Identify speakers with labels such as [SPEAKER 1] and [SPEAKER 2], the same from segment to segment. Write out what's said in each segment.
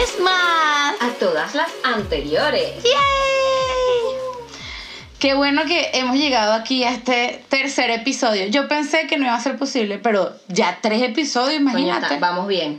[SPEAKER 1] vez más
[SPEAKER 2] a todas las anteriores.
[SPEAKER 1] ¡Yay! Qué bueno que hemos llegado aquí a este tercer episodio. Yo pensé que no iba a ser posible, pero ya 3 episodios, imagínate.
[SPEAKER 2] Coño, vamos bien.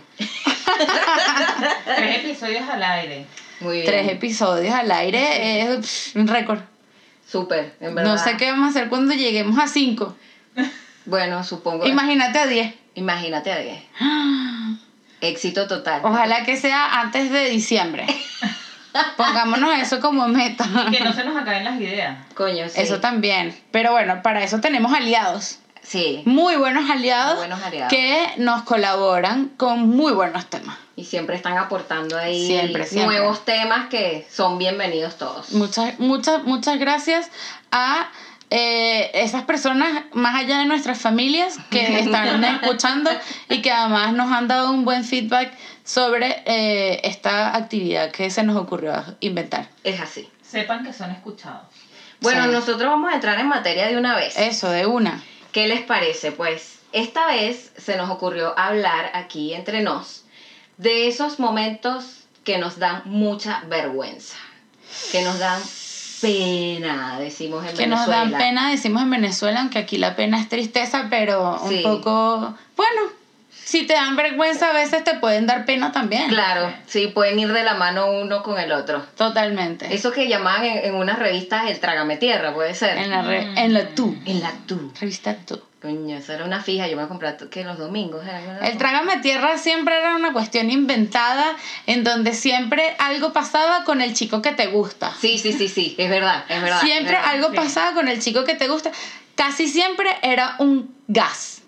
[SPEAKER 3] 3 episodios al aire.
[SPEAKER 2] Muy bien.
[SPEAKER 1] 3 episodios al aire es un récord.
[SPEAKER 2] Súper, en verdad.
[SPEAKER 1] No sé qué vamos a hacer cuando lleguemos a 5.
[SPEAKER 2] Bueno, supongo.
[SPEAKER 1] Imagínate a 10.
[SPEAKER 2] Imagínate a 10. Éxito total.
[SPEAKER 1] Ojalá que sea antes de diciembre. Pongámonos eso como meta.
[SPEAKER 3] Que no se nos acaben las ideas.
[SPEAKER 2] Coño, sí.
[SPEAKER 1] Eso también. Pero bueno, para eso tenemos aliados.
[SPEAKER 2] Sí.
[SPEAKER 1] Muy buenos aliados.
[SPEAKER 2] Muy buenos aliados.
[SPEAKER 1] Que nos colaboran con muy buenos temas.
[SPEAKER 2] Y siempre están aportando ahí
[SPEAKER 1] Siempre.
[SPEAKER 2] nuevos temas que son bienvenidos todos.
[SPEAKER 1] Muchas gracias a esas personas más allá de nuestras familias que están escuchando y que además nos han dado un buen feedback sobre esta actividad que se nos ocurrió inventar.
[SPEAKER 2] Es así.
[SPEAKER 3] Sepan que son escuchados.
[SPEAKER 2] Bueno,
[SPEAKER 1] Sí.
[SPEAKER 2] nosotros vamos a entrar en materia de una vez.
[SPEAKER 1] Eso, de una.
[SPEAKER 2] ¿Qué les parece? Pues esta vez se nos ocurrió hablar aquí entre nos de esos momentos que nos dan mucha vergüenza, que nos dan pena, decimos en
[SPEAKER 1] Que
[SPEAKER 2] Venezuela.
[SPEAKER 1] nos dan pena, decimos en Venezuela, aunque aquí la pena es tristeza, pero un
[SPEAKER 2] Sí.
[SPEAKER 1] poco... Bueno, si te dan vergüenza a veces te pueden dar pena también.
[SPEAKER 2] Claro, sí, pueden ir de la mano uno con el otro.
[SPEAKER 1] Totalmente.
[SPEAKER 2] Eso que llamaban en unas revistas el trágame tierra, puede ser.
[SPEAKER 1] En la tú.
[SPEAKER 2] En la tú.
[SPEAKER 1] Revista tú.
[SPEAKER 2] Coño, eso era una fija, yo me compré que los domingos era.
[SPEAKER 1] El trágame tierra siempre era una cuestión inventada en donde siempre algo pasaba con el chico que te gusta.
[SPEAKER 2] Sí, es verdad, es verdad.
[SPEAKER 1] Siempre
[SPEAKER 2] es verdad.
[SPEAKER 1] algo
[SPEAKER 3] sí.
[SPEAKER 1] pasaba con el chico que te gusta. Casi siempre era un gas.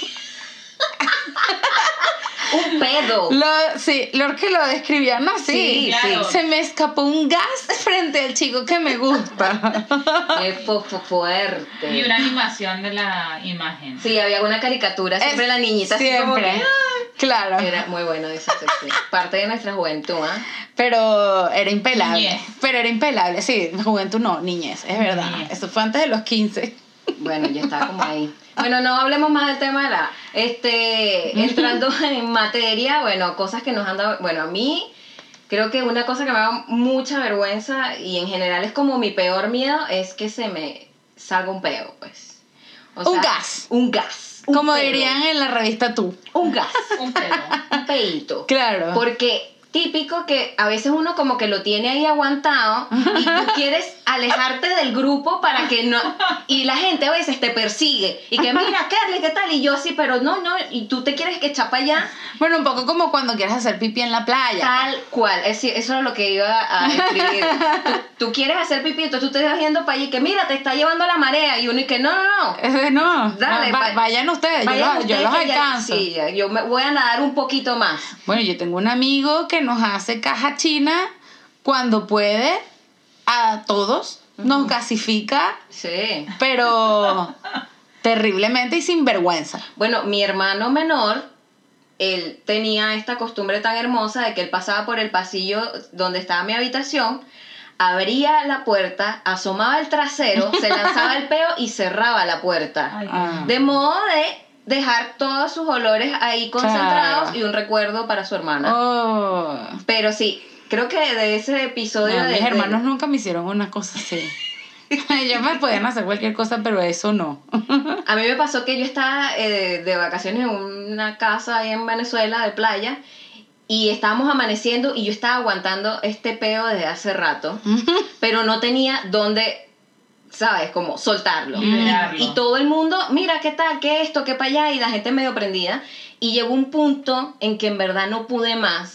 [SPEAKER 2] Un pedo.
[SPEAKER 1] Lo que lo describían así.
[SPEAKER 2] Sí,
[SPEAKER 3] claro.
[SPEAKER 1] Se me escapó un gas frente al chico que me gusta.
[SPEAKER 2] Qué fuerte.
[SPEAKER 3] Y una animación de la imagen.
[SPEAKER 2] Sí, había una caricatura, siempre la niñita así como
[SPEAKER 1] Siempre.
[SPEAKER 2] que,
[SPEAKER 1] Claro.
[SPEAKER 2] era muy bueno eso, sí. Parte de nuestra juventud, ¿ah?
[SPEAKER 1] Pero era impelable.
[SPEAKER 3] Niñez.
[SPEAKER 1] Pero era impelable, sí. Juventud no, niñez, es verdad.
[SPEAKER 3] Niñez.
[SPEAKER 1] Eso fue antes de los 15.
[SPEAKER 2] Bueno, ya estaba como ahí. Bueno, no hablemos más del tema de la... entrando en materia, bueno, cosas que nos han dado... Bueno, a mí creo que una cosa que me da mucha vergüenza y en general es como mi peor miedo es que se me salga un peo, pues. O
[SPEAKER 1] Un
[SPEAKER 2] sea,
[SPEAKER 1] gas.
[SPEAKER 2] Un gas. Un
[SPEAKER 1] Como
[SPEAKER 2] pedo.
[SPEAKER 1] dirían en la revista Tú.
[SPEAKER 2] Un gas.
[SPEAKER 3] Un pedo.
[SPEAKER 2] Un peito.
[SPEAKER 1] Claro.
[SPEAKER 2] Porque típico que a veces uno como que lo tiene ahí aguantado y tú quieres alejarte del grupo para que no... Y la gente a veces te persigue y que mira, Carly, ¿qué tal? Y yo sí, pero no, y tú te quieres echar para allá.
[SPEAKER 1] Bueno, un poco como cuando quieres hacer pipí en la playa.
[SPEAKER 2] Tal cual, eso era lo que iba a describir. Tú quieres hacer pipí, entonces tú te vas yendo para allí y que mira, te está llevando la marea y uno y que no.
[SPEAKER 1] No,
[SPEAKER 2] Dale,
[SPEAKER 1] vayan ustedes,
[SPEAKER 2] Vayan
[SPEAKER 1] yo
[SPEAKER 2] ustedes
[SPEAKER 1] los
[SPEAKER 2] que ya-
[SPEAKER 1] alcanzo.
[SPEAKER 2] sí, yo me voy a nadar un poquito más.
[SPEAKER 1] Bueno, yo tengo un amigo que nos hace caja china cuando puede, a todos, nos gasifica,
[SPEAKER 2] Sí.
[SPEAKER 1] pero terriblemente y sin vergüenza.
[SPEAKER 2] Bueno, mi hermano menor, él tenía esta costumbre tan hermosa de que él pasaba por el pasillo donde estaba mi habitación, abría la puerta, asomaba el trasero, se lanzaba el peo y cerraba la puerta.
[SPEAKER 3] Ay,
[SPEAKER 1] Ah.
[SPEAKER 2] De modo de dejar todos sus olores ahí concentrados
[SPEAKER 1] Claro.
[SPEAKER 2] y un recuerdo para su hermana.
[SPEAKER 1] Oh.
[SPEAKER 2] Pero sí, creo que de ese episodio
[SPEAKER 1] No,
[SPEAKER 2] de...
[SPEAKER 1] mis hermanos nunca me hicieron una cosa así. Ellos me podían hacer cualquier cosa, pero eso no.
[SPEAKER 2] A mí me pasó que yo estaba de vacaciones en una casa ahí en Venezuela de playa y estábamos amaneciendo y yo estaba aguantando este peo desde hace rato, pero no tenía dónde, ¿sabes? Como soltarlo.
[SPEAKER 3] Liberarlo.
[SPEAKER 2] Y todo el mundo, mira, ¿qué tal? ¿Qué esto? ¿Qué para allá? Y la gente medio prendida. Y llegó un punto en que en verdad no pude más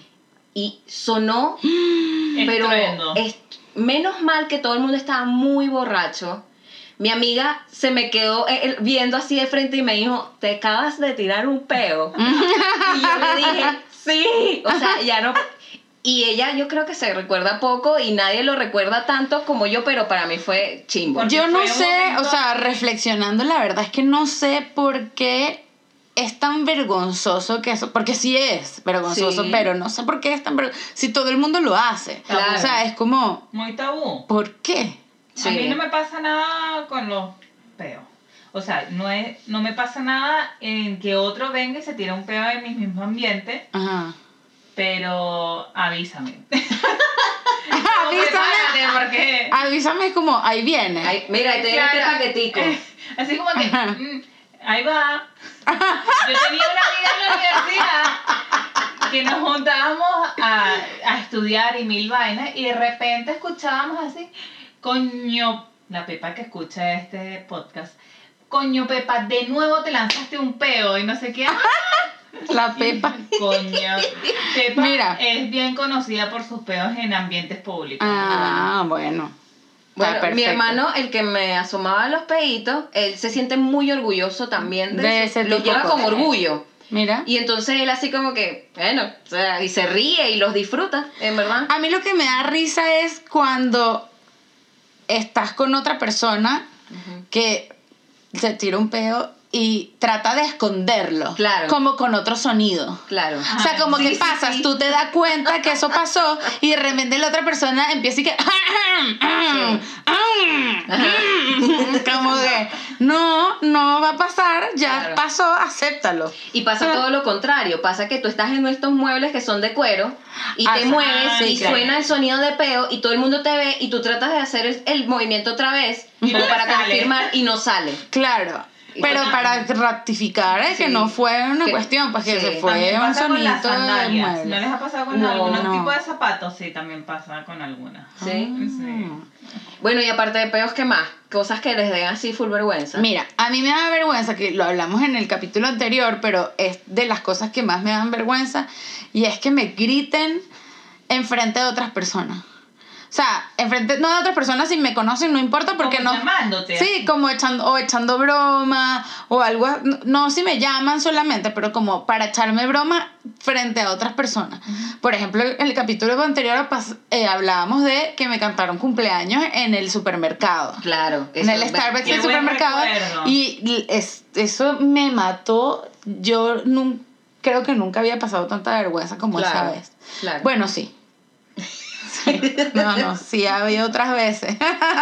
[SPEAKER 2] y sonó, pero
[SPEAKER 3] Estruendo.
[SPEAKER 2] menos mal que todo el mundo estaba muy borracho. Mi amiga se me quedó viendo así de frente y me dijo, te acabas de tirar un peo. Y yo le dije, sí. O sea, ya no... Y ella yo creo que se recuerda poco y nadie lo recuerda tanto como yo, pero para mí fue chimbo.
[SPEAKER 3] Porque
[SPEAKER 1] Yo no
[SPEAKER 3] fue un
[SPEAKER 1] sé,
[SPEAKER 3] momento-
[SPEAKER 1] o sea, reflexionando, la verdad es que no sé por qué es tan vergonzoso que eso, porque sí es vergonzoso,
[SPEAKER 2] Sí.
[SPEAKER 1] pero no sé por qué es tan vergonzoso, si todo el mundo lo hace.
[SPEAKER 2] Claro.
[SPEAKER 1] O sea, es como,
[SPEAKER 3] Muy tabú.
[SPEAKER 1] ¿por qué?
[SPEAKER 2] Sí.
[SPEAKER 3] A mí no me pasa nada con los peos. O sea, no me pasa nada en que otro venga y se tire un peo en mi mismo ambiente.
[SPEAKER 1] Ajá.
[SPEAKER 3] Pero avísame.
[SPEAKER 1] Avísame.
[SPEAKER 3] Porque...
[SPEAKER 1] Avísame como, ahí viene.
[SPEAKER 2] Ay, mira, te doy este paquetico.
[SPEAKER 3] Así como que, ahí va. Yo tenía una amiga en la universidad que nos juntábamos a estudiar y mil vainas y de repente escuchábamos así, coño, la Pepa que escucha este podcast, coño Pepa, de nuevo te lanzaste un peo y no sé qué.
[SPEAKER 1] La Pepa.
[SPEAKER 3] Coño. Pepa
[SPEAKER 1] Mira.
[SPEAKER 3] es bien conocida por sus peos en ambientes públicos.
[SPEAKER 1] Ah, bueno.
[SPEAKER 2] Bueno,
[SPEAKER 1] Está
[SPEAKER 2] mi
[SPEAKER 1] perfecto.
[SPEAKER 2] hermano, el que me asomaba los peitos, él se siente muy orgulloso también
[SPEAKER 1] De ese
[SPEAKER 2] lo
[SPEAKER 1] tipo de
[SPEAKER 2] lleva con
[SPEAKER 1] cosas.
[SPEAKER 2] orgullo.
[SPEAKER 1] Mira.
[SPEAKER 2] Y entonces él así como que, bueno, o sea, y se ríe y los disfruta, en verdad.
[SPEAKER 1] A mí lo que me da risa es cuando estás con otra persona que se tira un peo y trata de esconderlo.
[SPEAKER 2] Claro.
[SPEAKER 1] Como con otro sonido.
[SPEAKER 2] Claro.
[SPEAKER 1] O sea, como que pasas, tú te das cuenta que eso pasó y de repente la otra persona empieza y que... Como que no va a pasar, ya
[SPEAKER 2] Claro.
[SPEAKER 1] pasó, acéptalo.
[SPEAKER 2] Y pasa todo lo contrario, pasa que tú estás en estos muebles que son de cuero y te
[SPEAKER 1] Ah,
[SPEAKER 2] mueves
[SPEAKER 1] sí,
[SPEAKER 2] y
[SPEAKER 1] claro.
[SPEAKER 2] suena el sonido de peo y todo el mundo te ve y tú tratas de hacer el movimiento otra vez
[SPEAKER 3] Y
[SPEAKER 2] como
[SPEAKER 3] no
[SPEAKER 2] para
[SPEAKER 3] sale.
[SPEAKER 2] confirmar y no sale.
[SPEAKER 1] Claro. Pero para rectificar es que
[SPEAKER 2] Sí.
[SPEAKER 1] no fue una
[SPEAKER 2] Que-
[SPEAKER 1] cuestión, pues que
[SPEAKER 2] sí.
[SPEAKER 1] se fue
[SPEAKER 3] También
[SPEAKER 1] un
[SPEAKER 3] pasa con las
[SPEAKER 1] sonidito de
[SPEAKER 3] sandalias.
[SPEAKER 1] mueble.
[SPEAKER 3] ¿No les ha pasado con
[SPEAKER 2] No,
[SPEAKER 3] algunos
[SPEAKER 1] no.
[SPEAKER 3] tipos de zapatos? Sí, también pasa con algunas.
[SPEAKER 2] ¿Sí?
[SPEAKER 3] Sí.
[SPEAKER 2] Bueno, y aparte de peos, ¿qué más? Cosas que les den así full vergüenza.
[SPEAKER 1] Mira, a mí me da vergüenza, que lo hablamos en el capítulo anterior, pero es de las cosas que más me dan vergüenza, y es que me griten enfrente de otras personas. O sea, enfrente, no de otras personas, si me conocen no importa porque
[SPEAKER 3] Como
[SPEAKER 1] no...
[SPEAKER 3] llamándote.
[SPEAKER 1] Sí, como echando broma o algo, no si me llaman solamente, pero como para echarme broma frente a otras personas. Por ejemplo, en el capítulo anterior hablábamos de que me cantaron cumpleaños en el supermercado.
[SPEAKER 2] Claro.
[SPEAKER 1] En el
[SPEAKER 2] eso,
[SPEAKER 1] Starbucks
[SPEAKER 3] Qué
[SPEAKER 1] del
[SPEAKER 3] buen
[SPEAKER 1] supermercado.
[SPEAKER 3] recuerdo.
[SPEAKER 1] Y eso me mató. Yo creo que nunca había pasado tanta vergüenza como esa
[SPEAKER 2] Claro,
[SPEAKER 1] vez.
[SPEAKER 2] claro.
[SPEAKER 1] Bueno, sí. No, sí ha habido otras veces.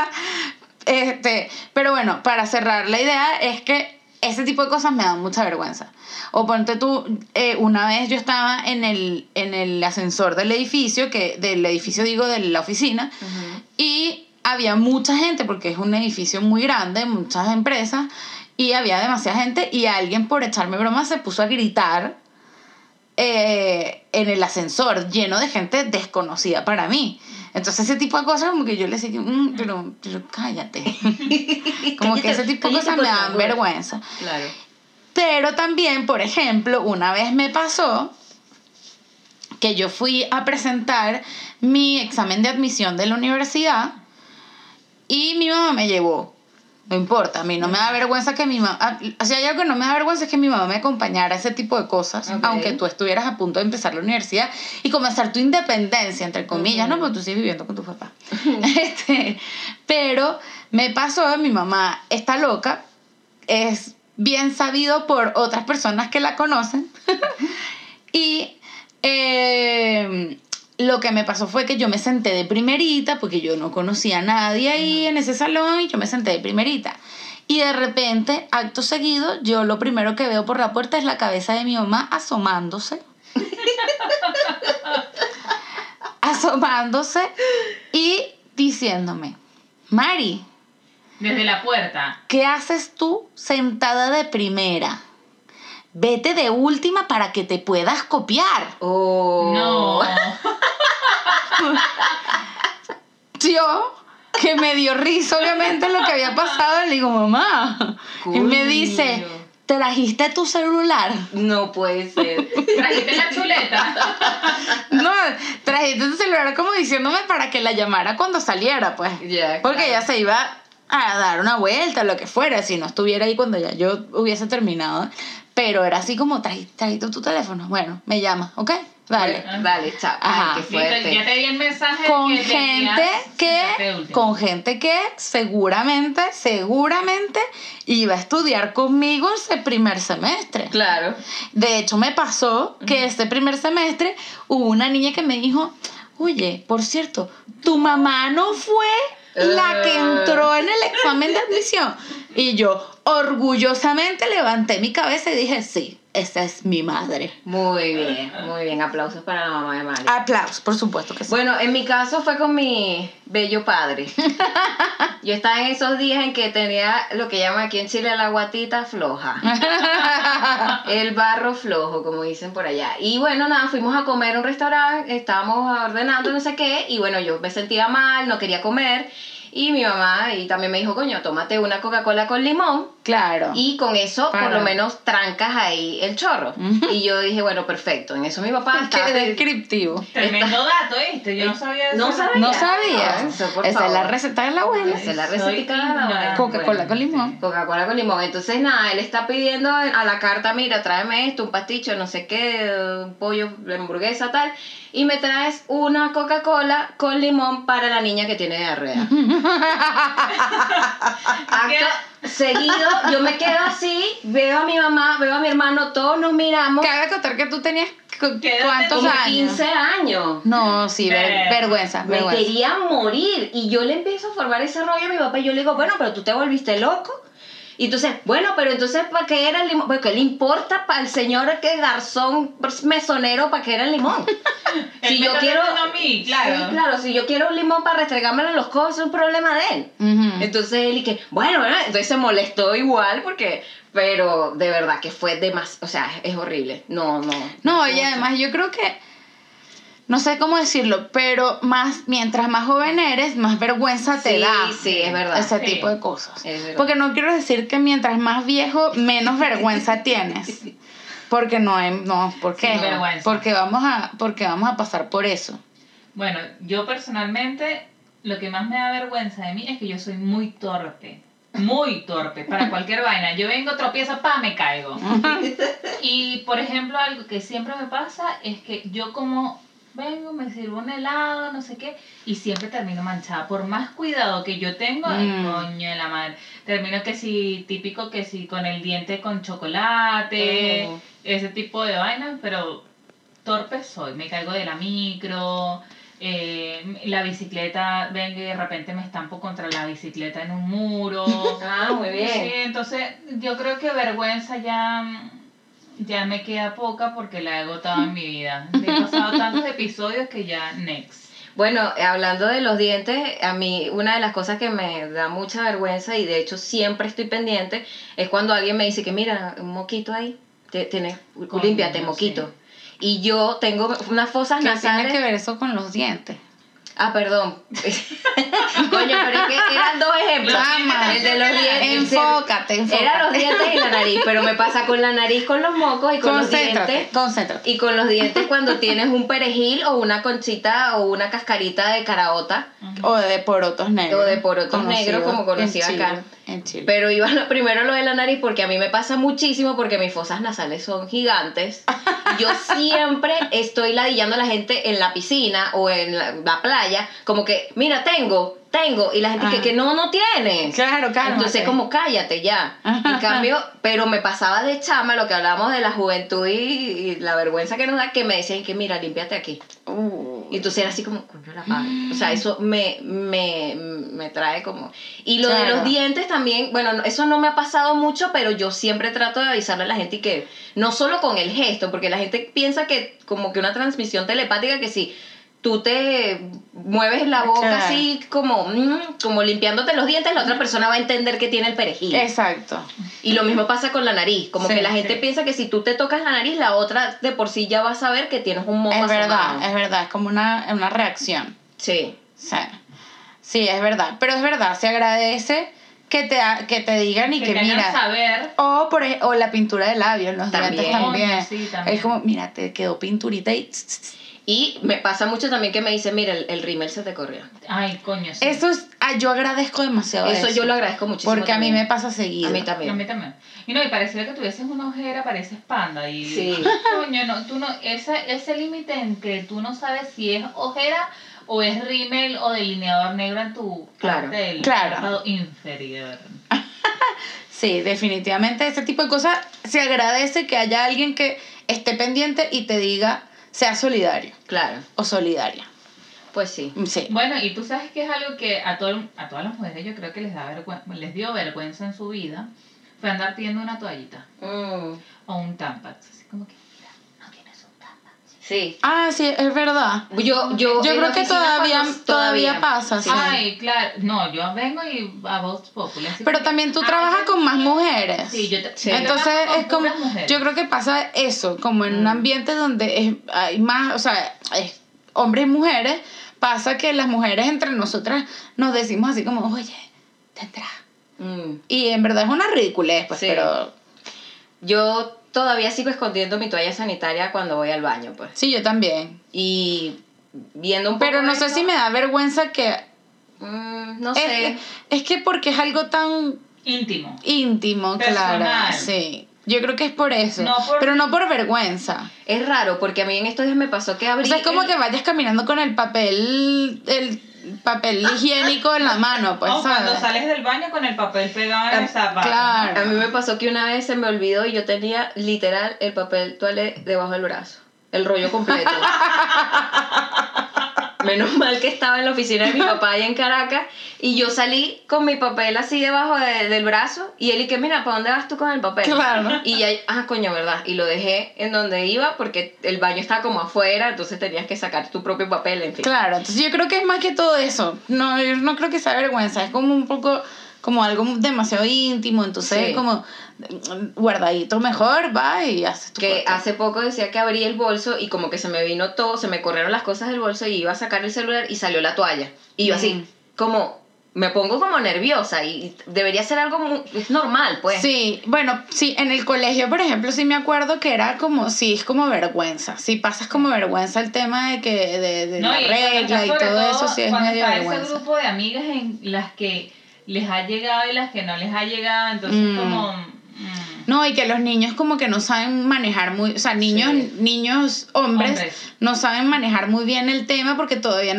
[SPEAKER 1] Pero bueno, para cerrar la idea es que ese tipo de cosas me dan mucha vergüenza. O ponte tú, una vez yo estaba en el ascensor del edificio, de la oficina, y había mucha gente, porque es un edificio muy grande, muchas empresas, y había demasiada gente, y alguien por echarme broma se puso a gritar en el ascensor, lleno de gente desconocida para mí. Entonces ese tipo de cosas como que yo le decía, pero cállate. Como que ese tipo de
[SPEAKER 2] Cállate,
[SPEAKER 1] cosas
[SPEAKER 2] por
[SPEAKER 1] me dan
[SPEAKER 2] favor.
[SPEAKER 1] vergüenza.
[SPEAKER 2] Claro.
[SPEAKER 1] Pero también, por ejemplo, una vez me pasó que yo fui a presentar mi examen de admisión de la universidad y mi mamá me llevó. No importa, a mí no me da vergüenza que mi mamá... O sea, hay algo que no me da vergüenza es que mi mamá me acompañara a ese tipo de cosas,
[SPEAKER 2] Ok.
[SPEAKER 1] aunque tú estuvieras a punto de empezar la universidad y comenzar tu independencia, entre comillas, ¿no? Porque tú sigues viviendo con tu papá. Pero me pasó, mi mamá está loca, es bien sabido por otras personas que la conocen, y lo que me pasó fue que yo me senté de primerita, porque yo no conocía a nadie ahí en ese salón, y yo me senté de primerita. Y de repente, acto seguido, yo lo primero que veo por la puerta es la cabeza de mi mamá asomándose. Asomándose y diciéndome, Mari,
[SPEAKER 3] Desde la puerta.
[SPEAKER 1] ¿qué haces tú sentada de primera? Vete de última para que te puedas copiar.
[SPEAKER 2] Oh.
[SPEAKER 3] No.
[SPEAKER 1] Yo, que me dio risa obviamente lo que había pasado, le digo, mamá. Y me
[SPEAKER 2] Coño.
[SPEAKER 1] dice, ¿trajiste tu celular?
[SPEAKER 2] No puede ser.
[SPEAKER 3] Trajiste la chuleta.
[SPEAKER 1] No, trajiste tu celular como diciéndome para que la llamara cuando saliera, pues.
[SPEAKER 2] Ya,
[SPEAKER 1] Porque
[SPEAKER 2] claro.
[SPEAKER 1] ella se iba a dar una vuelta, lo que fuera, si no estuviera ahí cuando ya yo hubiese terminado. Pero era así como, trajiste tu teléfono. Bueno, me llama, ¿ok? Vale.
[SPEAKER 2] Dale, chao.
[SPEAKER 1] Ajá.
[SPEAKER 2] Ay, qué
[SPEAKER 3] Listo,
[SPEAKER 2] fuerte.
[SPEAKER 3] ya te di el mensaje.
[SPEAKER 1] Con
[SPEAKER 3] que
[SPEAKER 1] gente que seguramente iba a estudiar conmigo ese primer semestre.
[SPEAKER 2] Claro.
[SPEAKER 1] De hecho, me pasó que este primer semestre hubo una niña que me dijo, oye, por cierto, tu mamá no fue la que entró en el examen de admisión. Y yo orgullosamente levanté mi cabeza y dije, sí, esa es mi madre.
[SPEAKER 2] Muy bien. Aplausos para la mamá de Mari.
[SPEAKER 1] Aplausos, por supuesto que sí.
[SPEAKER 2] Bueno, en mi caso fue con mi bello padre. Yo estaba en esos días en que tenía lo que llaman aquí en Chile la guatita floja. El barro flojo, como dicen por allá. Y bueno, nada, fuimos a comer a un restaurante, estábamos ordenando no sé qué, y bueno, yo me sentía mal, no quería comer. Y mi mamá y también me dijo, coño, tómate una Coca-Cola con limón.
[SPEAKER 1] Claro.
[SPEAKER 2] Y con eso, por lo menos, trancas ahí el chorro. Y yo dije, bueno, perfecto. En eso mi papá estaba...
[SPEAKER 1] Qué descriptivo.
[SPEAKER 3] Tremendo dato, ¿viste? Yo no sabía eso.
[SPEAKER 2] No sabía.
[SPEAKER 1] No sabías.
[SPEAKER 2] Eso, por
[SPEAKER 1] Esa es la
[SPEAKER 2] favor.
[SPEAKER 1] receta de la abuela.
[SPEAKER 2] Esa es la
[SPEAKER 3] Soy
[SPEAKER 2] recetica de la abuela.
[SPEAKER 3] ignorante.
[SPEAKER 1] Coca-Cola con limón.
[SPEAKER 2] Coca-Cola con limón. Entonces, nada, él está pidiendo a la carta, mira, tráeme esto, un pasticho, no sé qué, un pollo, hamburguesa, tal. Y me traes una Coca-Cola con limón para la niña que tiene diarrea. Acto seguido, yo me quedo así, veo a mi mamá, veo a mi hermano, todos nos miramos.
[SPEAKER 1] Cabe contar que tú tenías
[SPEAKER 3] ¿Qué edad
[SPEAKER 1] ¿cuántos
[SPEAKER 2] Como
[SPEAKER 1] años?
[SPEAKER 2] 15 años.
[SPEAKER 1] No, sí, vergüenza,
[SPEAKER 2] Me
[SPEAKER 1] vergüenza.
[SPEAKER 2] quería morir. Y yo le empiezo a formar ese rollo a mi papá y yo le digo, bueno, pero tú te volviste loco. Y entonces, bueno, pero entonces, ¿para qué era el limón? Porque ¿qué le importa para el señor que garzón mesonero para qué era el limón?
[SPEAKER 3] Él me está tratando a mí, claro.
[SPEAKER 2] Sí, claro, si yo quiero un limón para restregármelo en los codos, es un problema de él.
[SPEAKER 1] Ujú.
[SPEAKER 2] Entonces él y que, bueno, entonces se molestó igual porque, pero de verdad que fue demasiado, o sea, es horrible. No.
[SPEAKER 1] No, y además yo creo que, no sé cómo decirlo, pero mientras más joven eres, más vergüenza te
[SPEAKER 2] Sí,
[SPEAKER 1] da.
[SPEAKER 2] sí, es verdad.
[SPEAKER 1] Ese
[SPEAKER 3] Sí.
[SPEAKER 1] tipo de cosas.
[SPEAKER 2] Es verdad.
[SPEAKER 1] Porque no quiero decir que mientras más viejo, menos vergüenza tienes. Porque ¿por qué?
[SPEAKER 3] Sin vergüenza.
[SPEAKER 1] Porque vamos a pasar por eso.
[SPEAKER 3] Bueno, yo personalmente, lo que más me da vergüenza de mí es que yo soy muy torpe para cualquier vaina. Yo vengo, tropiezo, me caigo. Y, por ejemplo, algo que siempre me pasa es que yo como vengo, me sirvo un helado, no sé qué, y siempre termino manchada. Por más cuidado que yo tengo, ay, coño de la madre, termino típico que si con el diente con chocolate, ese tipo de vainas, pero torpe soy. Me caigo de la micro, la bicicleta, vengo y de repente me estampo contra la bicicleta en un muro.
[SPEAKER 2] Ah, muy bien.
[SPEAKER 3] Sí, entonces yo creo que vergüenza ya me queda poca porque la he agotado en mi vida. He pasado tantos episodios que ya next.
[SPEAKER 2] Bueno, hablando de los dientes, a mí una de las cosas que me da mucha vergüenza y de hecho siempre estoy pendiente es cuando alguien me dice que mira, un moquito ahí, límpiate, moquito.
[SPEAKER 3] Sí.
[SPEAKER 2] Y yo tengo unas fosas
[SPEAKER 1] ¿Qué
[SPEAKER 2] nasales.
[SPEAKER 1] tiene que ver eso con los dientes?
[SPEAKER 2] Ah, perdón. Coño, pero es que eran dos ejemplos.
[SPEAKER 1] Ama,
[SPEAKER 2] El de los dientes.
[SPEAKER 1] enfócate.
[SPEAKER 2] Eran los dientes y la nariz, pero me pasa con la nariz, con los mocos y con los dientes.
[SPEAKER 1] Concéntrate.
[SPEAKER 2] Y con los dientes cuando tienes un perejil o una conchita o una cascarita de caraota.
[SPEAKER 1] O de porotos negros.
[SPEAKER 2] O de porotos
[SPEAKER 1] Conocido
[SPEAKER 2] negros, como conocida
[SPEAKER 1] en Chile,
[SPEAKER 2] acá.
[SPEAKER 1] En Chile.
[SPEAKER 2] Pero iba primero lo de la nariz porque a mí me pasa muchísimo porque mis fosas nasales son gigantes. Yo siempre estoy ladillando a la gente en la piscina o en la playa, como que, mira, tengo. Y la gente que no tienes.
[SPEAKER 1] Claro.
[SPEAKER 2] Entonces, como cállate ya. En cambio, pero me pasaba de chama lo que hablábamos de la juventud y la vergüenza que nos da, que me decían que, mira, límpiate aquí. Y entonces era así como, coño la padre. O sea, eso me trae como... Y lo de los dientes también, bueno, eso no me ha pasado mucho, pero yo siempre trato de avisarle a la gente que, no solo con el gesto, porque la gente piensa que como que una transmisión telepática que si tú te mueves la boca así como limpiándote los dientes, la otra persona va a entender que tiene el perejil.
[SPEAKER 1] Exacto.
[SPEAKER 2] Y lo mismo pasa con la nariz, como que la gente piensa que si tú te tocas la nariz, la otra de por sí ya va a saber que tienes un moco asomado.
[SPEAKER 1] Es verdad, es como una reacción.
[SPEAKER 2] Sí.
[SPEAKER 1] Sí, es verdad, pero es verdad, se agradece que te digan y que mira,
[SPEAKER 3] saber.
[SPEAKER 1] o la pintura de labios en los
[SPEAKER 2] También.
[SPEAKER 1] dientes también.
[SPEAKER 3] Sí, también.
[SPEAKER 1] Es como, mira, te quedó pinturita
[SPEAKER 2] Y me pasa mucho también que me dicen, mira, el rímel se te corrió.
[SPEAKER 3] Ay, coño, sí.
[SPEAKER 1] Eso es, yo agradezco demasiado eso.
[SPEAKER 2] Yo lo agradezco muchísimo.
[SPEAKER 1] Porque
[SPEAKER 2] también.
[SPEAKER 1] a mí me pasa seguido.
[SPEAKER 2] A mí también.
[SPEAKER 3] A mí también. Y no, y pareciera que tuvieses una ojera, pareces panda. Y,
[SPEAKER 2] Sí.
[SPEAKER 3] Coño, no, tú no, ese límite en que tú no sabes si es ojera o es rímel o delineador negro en tu parte del párpado inferior.
[SPEAKER 1] Sí, definitivamente ese tipo de cosas se agradece que haya alguien que esté pendiente y te diga, sea solidario.
[SPEAKER 2] Claro.
[SPEAKER 1] O solidaria.
[SPEAKER 2] Pues sí.
[SPEAKER 1] Sí.
[SPEAKER 3] Bueno, y tú sabes que es algo que a todas las mujeres yo creo que les dio vergüenza en su vida. fue andar pidiendo una toallita
[SPEAKER 2] Mm,
[SPEAKER 3] o un Tampax. Así como que, mira, no tienes un Tampax.
[SPEAKER 2] sí.
[SPEAKER 1] Ah, sí, es verdad.
[SPEAKER 2] Yo
[SPEAKER 1] Yo
[SPEAKER 2] en la
[SPEAKER 1] creo que
[SPEAKER 2] oficina
[SPEAKER 1] todavía pasa, sí.
[SPEAKER 3] Ay, claro. No, yo vengo y a Vox Populi. así
[SPEAKER 1] Pero
[SPEAKER 3] como
[SPEAKER 1] también
[SPEAKER 3] que,
[SPEAKER 1] tú trabajas
[SPEAKER 3] ay,
[SPEAKER 1] con más mujeres.
[SPEAKER 3] Sí,
[SPEAKER 2] Sí.
[SPEAKER 3] yo
[SPEAKER 1] Entonces
[SPEAKER 3] trabajo con
[SPEAKER 1] es como,
[SPEAKER 3] puras mujeres.
[SPEAKER 1] yo creo que pasa eso, como en un ambiente donde hay más, o sea, es hombres y mujeres, pasa que las mujeres entre nosotras nos decimos así como, oye, tendrá.
[SPEAKER 2] Mm.
[SPEAKER 1] Y en verdad es una ridiculez, pues,
[SPEAKER 2] Sí.
[SPEAKER 1] pero
[SPEAKER 2] Yo todavía sigo escondiendo mi toalla sanitaria cuando voy al baño, pues.
[SPEAKER 1] sí, yo también.
[SPEAKER 2] Y viendo un poco
[SPEAKER 1] Pero no sé
[SPEAKER 2] eso,
[SPEAKER 1] si me da vergüenza que...
[SPEAKER 2] no sé.
[SPEAKER 1] Es que porque es algo tan
[SPEAKER 3] Íntimo.
[SPEAKER 1] íntimo,
[SPEAKER 3] Personal.
[SPEAKER 1] claro, sí. Yo creo que es por eso,
[SPEAKER 3] No por-
[SPEAKER 1] pero no por vergüenza.
[SPEAKER 2] Es raro porque a mí en estos días me pasó que abrí.
[SPEAKER 1] O sea, es como
[SPEAKER 2] el-
[SPEAKER 1] que vayas caminando con el papel higiénico en la mano, pues,
[SPEAKER 3] O cuando
[SPEAKER 1] ¿sabes?
[SPEAKER 3] sales del baño con el papel pegado en el zapato.
[SPEAKER 1] claro.
[SPEAKER 2] A mí me pasó que una vez se me olvidó y yo tenía literal el papel toalé debajo del brazo. El rollo completo. Menos mal que estaba en la oficina de mi papá allá en Caracas y yo salí con mi papel así debajo del brazo y él y que mira, ¿para dónde vas tú con el papel?
[SPEAKER 1] Claro.
[SPEAKER 2] Y ya, coño, ¿verdad? Y lo dejé en donde iba porque el baño estaba como afuera, entonces tenías que sacar tu propio papel, en fin.
[SPEAKER 1] Claro, entonces yo creo que es más que todo eso. No, yo no creo que sea vergüenza, es como un poco, como algo demasiado íntimo, entonces
[SPEAKER 2] Sí.
[SPEAKER 1] como guardadito mejor, va y haces tu
[SPEAKER 2] Que
[SPEAKER 1] cosa.
[SPEAKER 2] hace poco decía que abrí el bolso y como que se me vino todo, se me corrieron las cosas del bolso y iba a sacar el celular y salió la toalla. Y yo así, como, me pongo como nerviosa y debería ser algo es normal, pues.
[SPEAKER 1] Sí, bueno, sí, en el colegio, por ejemplo, sí me acuerdo que era como, sí, es como vergüenza. Sí, pasas como vergüenza el tema de que de
[SPEAKER 3] No,
[SPEAKER 1] la
[SPEAKER 3] y cuando
[SPEAKER 1] regla
[SPEAKER 3] está
[SPEAKER 1] y
[SPEAKER 3] sobre
[SPEAKER 1] todo eso, sí es
[SPEAKER 3] cuando
[SPEAKER 1] medio
[SPEAKER 3] está
[SPEAKER 1] vergüenza.
[SPEAKER 3] ese grupo de amigas en las que les ha llegado y las que no les ha llegado, entonces como...
[SPEAKER 1] No, y que los niños como que no saben manejar muy, o sea, niños hombres no saben manejar muy bien el tema porque